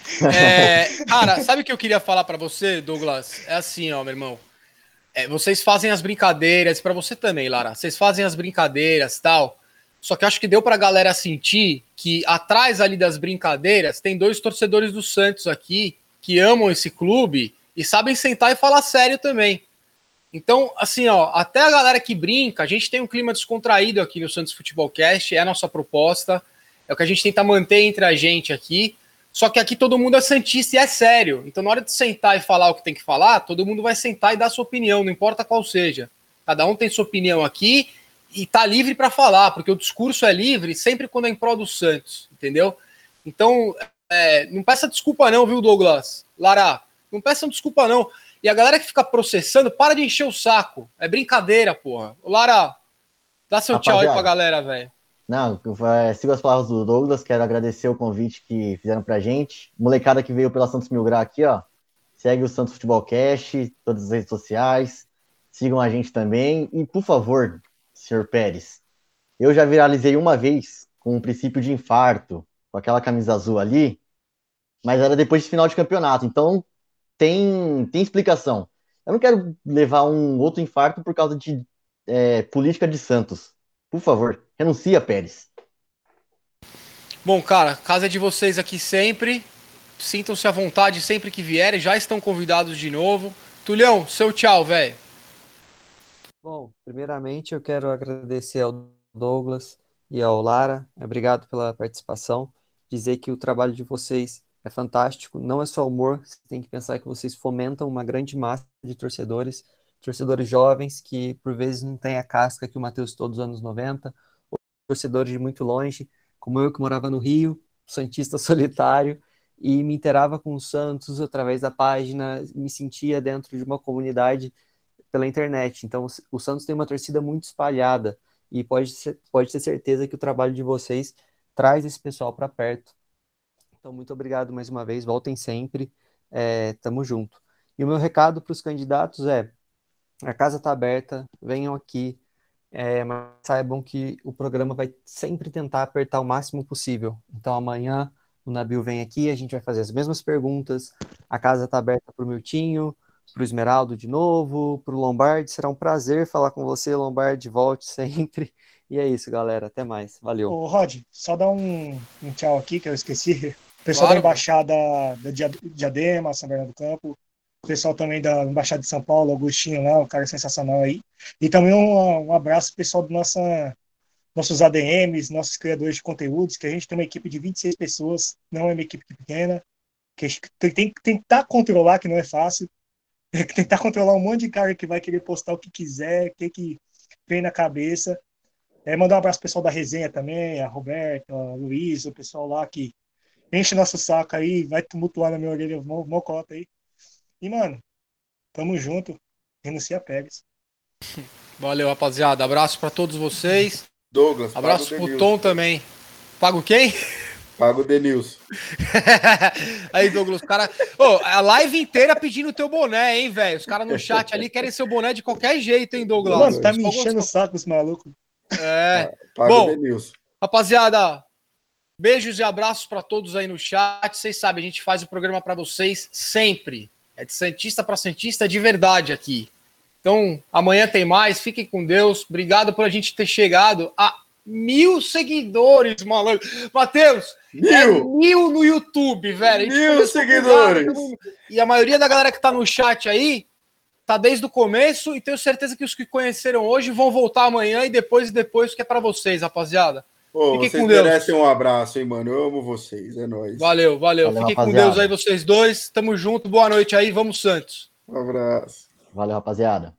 Cara, sabe o que eu queria falar pra você, Douglas? É assim, ó, meu irmão. Vocês fazem as brincadeiras, pra você também, Lara. Vocês fazem as brincadeiras e tal. Só que acho que deu pra galera sentir que atrás ali das brincadeiras tem dois torcedores do Santos aqui que amam esse clube e sabem sentar e falar sério também. Então, assim, ó, até a galera que brinca, a gente tem um clima descontraído aqui no Santos Futebol Cast, é a nossa proposta, é o que a gente tenta manter entre a gente aqui, só que aqui todo mundo é santista e é sério. Então, na hora de sentar e falar o que tem que falar, todo mundo vai sentar e dar sua opinião, não importa qual seja. Cada um tem sua opinião aqui e tá livre para falar, porque o discurso é livre sempre quando é em prol do Santos, entendeu? Então, não peça desculpa não, viu, Douglas? Lara, não peçam desculpa não. E a galera que fica processando, para de encher o saco. É brincadeira, porra. Ô, Lara, dá seu tchau aí pra galera, velho. Não, sigo as palavras do Douglas, quero agradecer o convite que fizeram pra gente. Molecada que veio pela Santos Mil Grau aqui, ó. Segue o Santos Futebol Cast, todas as redes sociais. Sigam a gente também. E, por favor, senhor Pérez, eu já viralizei uma vez com um princípio de infarto, com aquela camisa azul ali, mas era depois de final de campeonato. Então, tem explicação. Eu não quero levar um outro infarto por causa de política de Santos. Por favor, renuncia, Pérez. Bom, cara, casa é de vocês aqui sempre. Sintam-se à vontade sempre que vierem. Já estão convidados de novo. Tulhão, seu tchau, velho. Bom, primeiramente eu quero agradecer ao Douglas e ao Lara. Obrigado pela participação. Dizer que o trabalho de vocês é fantástico. Não é só humor, você tem que pensar que vocês fomentam uma grande massa de torcedores, torcedores jovens que por vezes não têm a casca que o Matheus todos os anos 90, ou torcedores de muito longe, como eu que morava no Rio, santista solitário, e me inteirava com o Santos através da página, me sentia dentro de uma comunidade pela internet. Então, o Santos tem uma torcida muito espalhada e pode ter certeza que o trabalho de vocês traz esse pessoal para perto. Então, muito obrigado mais uma vez, voltem sempre, tamo junto. E o meu recado para os candidatos a casa está aberta, venham aqui, mas saibam que o programa vai sempre tentar apertar o máximo possível. Então, amanhã o Nabil vem aqui, a gente vai fazer as mesmas perguntas, a casa está aberta para o Miltinho, para o Esmeraldo de novo, para o Lombardi, será um prazer falar com você, Lombardi, volte sempre. E é isso, galera, até mais, valeu. Ô, Rod, só dar um tchau aqui, que eu esqueci. O pessoal Claro, da Embaixada da Diadema, São Bernardo do Campo, o pessoal também da Embaixada de São Paulo, Augustinho lá, um cara sensacional aí. E também um abraço pro pessoal do nossos ADMs, nossos criadores de conteúdos, que a gente tem uma equipe de 26 pessoas, não é uma equipe pequena, que a gente tem que tentar controlar, que não é fácil. tentar controlar um monte de cara que vai querer postar o que quiser, o que vem na cabeça. Mandar um abraço pro pessoal da resenha também, a Roberta, a Luiz, o pessoal lá que enche nosso saco aí, vai tumultuar na minha orelha, mocota aí. E, mano, tamo junto. Renuncia Pérez. Valeu, rapaziada. Abraço pra todos vocês. Douglas, Abraço paga o pro Denilson. Tom também. Pago quem? Paga o Denilson. Aí, Douglas, o cara. Ô, a live inteira pedindo teu boné, hein, velho? Os caras no chat ali querem seu boné de qualquer jeito, hein, Douglas? Mano, tá me enchendo o saco os malucos. Paga Bom, o Denilson. rapaziada, beijos e abraços pra todos aí no chat. Vocês sabem, a gente faz o programa pra vocês sempre. É de Santista pra Santista de verdade aqui. Então, amanhã tem mais. Fiquem com Deus. Obrigado por a gente ter chegado a 1.000 seguidores, maluco. Matheus, 1.000 no YouTube, velho. 1.000 seguidores. E a maioria da galera que tá no chat aí tá desde o começo e tenho certeza que os que conheceram hoje vão voltar amanhã e depois, que é pra vocês, rapaziada. Pô, Fiquem vocês com Deus. merecem um abraço, hein, mano? Eu amo vocês. É nóis. Valeu. Valeu, Fiquem com rapaziada. Deus aí, vocês dois. Tamo junto. Boa noite aí. Vamos, Santos. Um abraço. Valeu, rapaziada.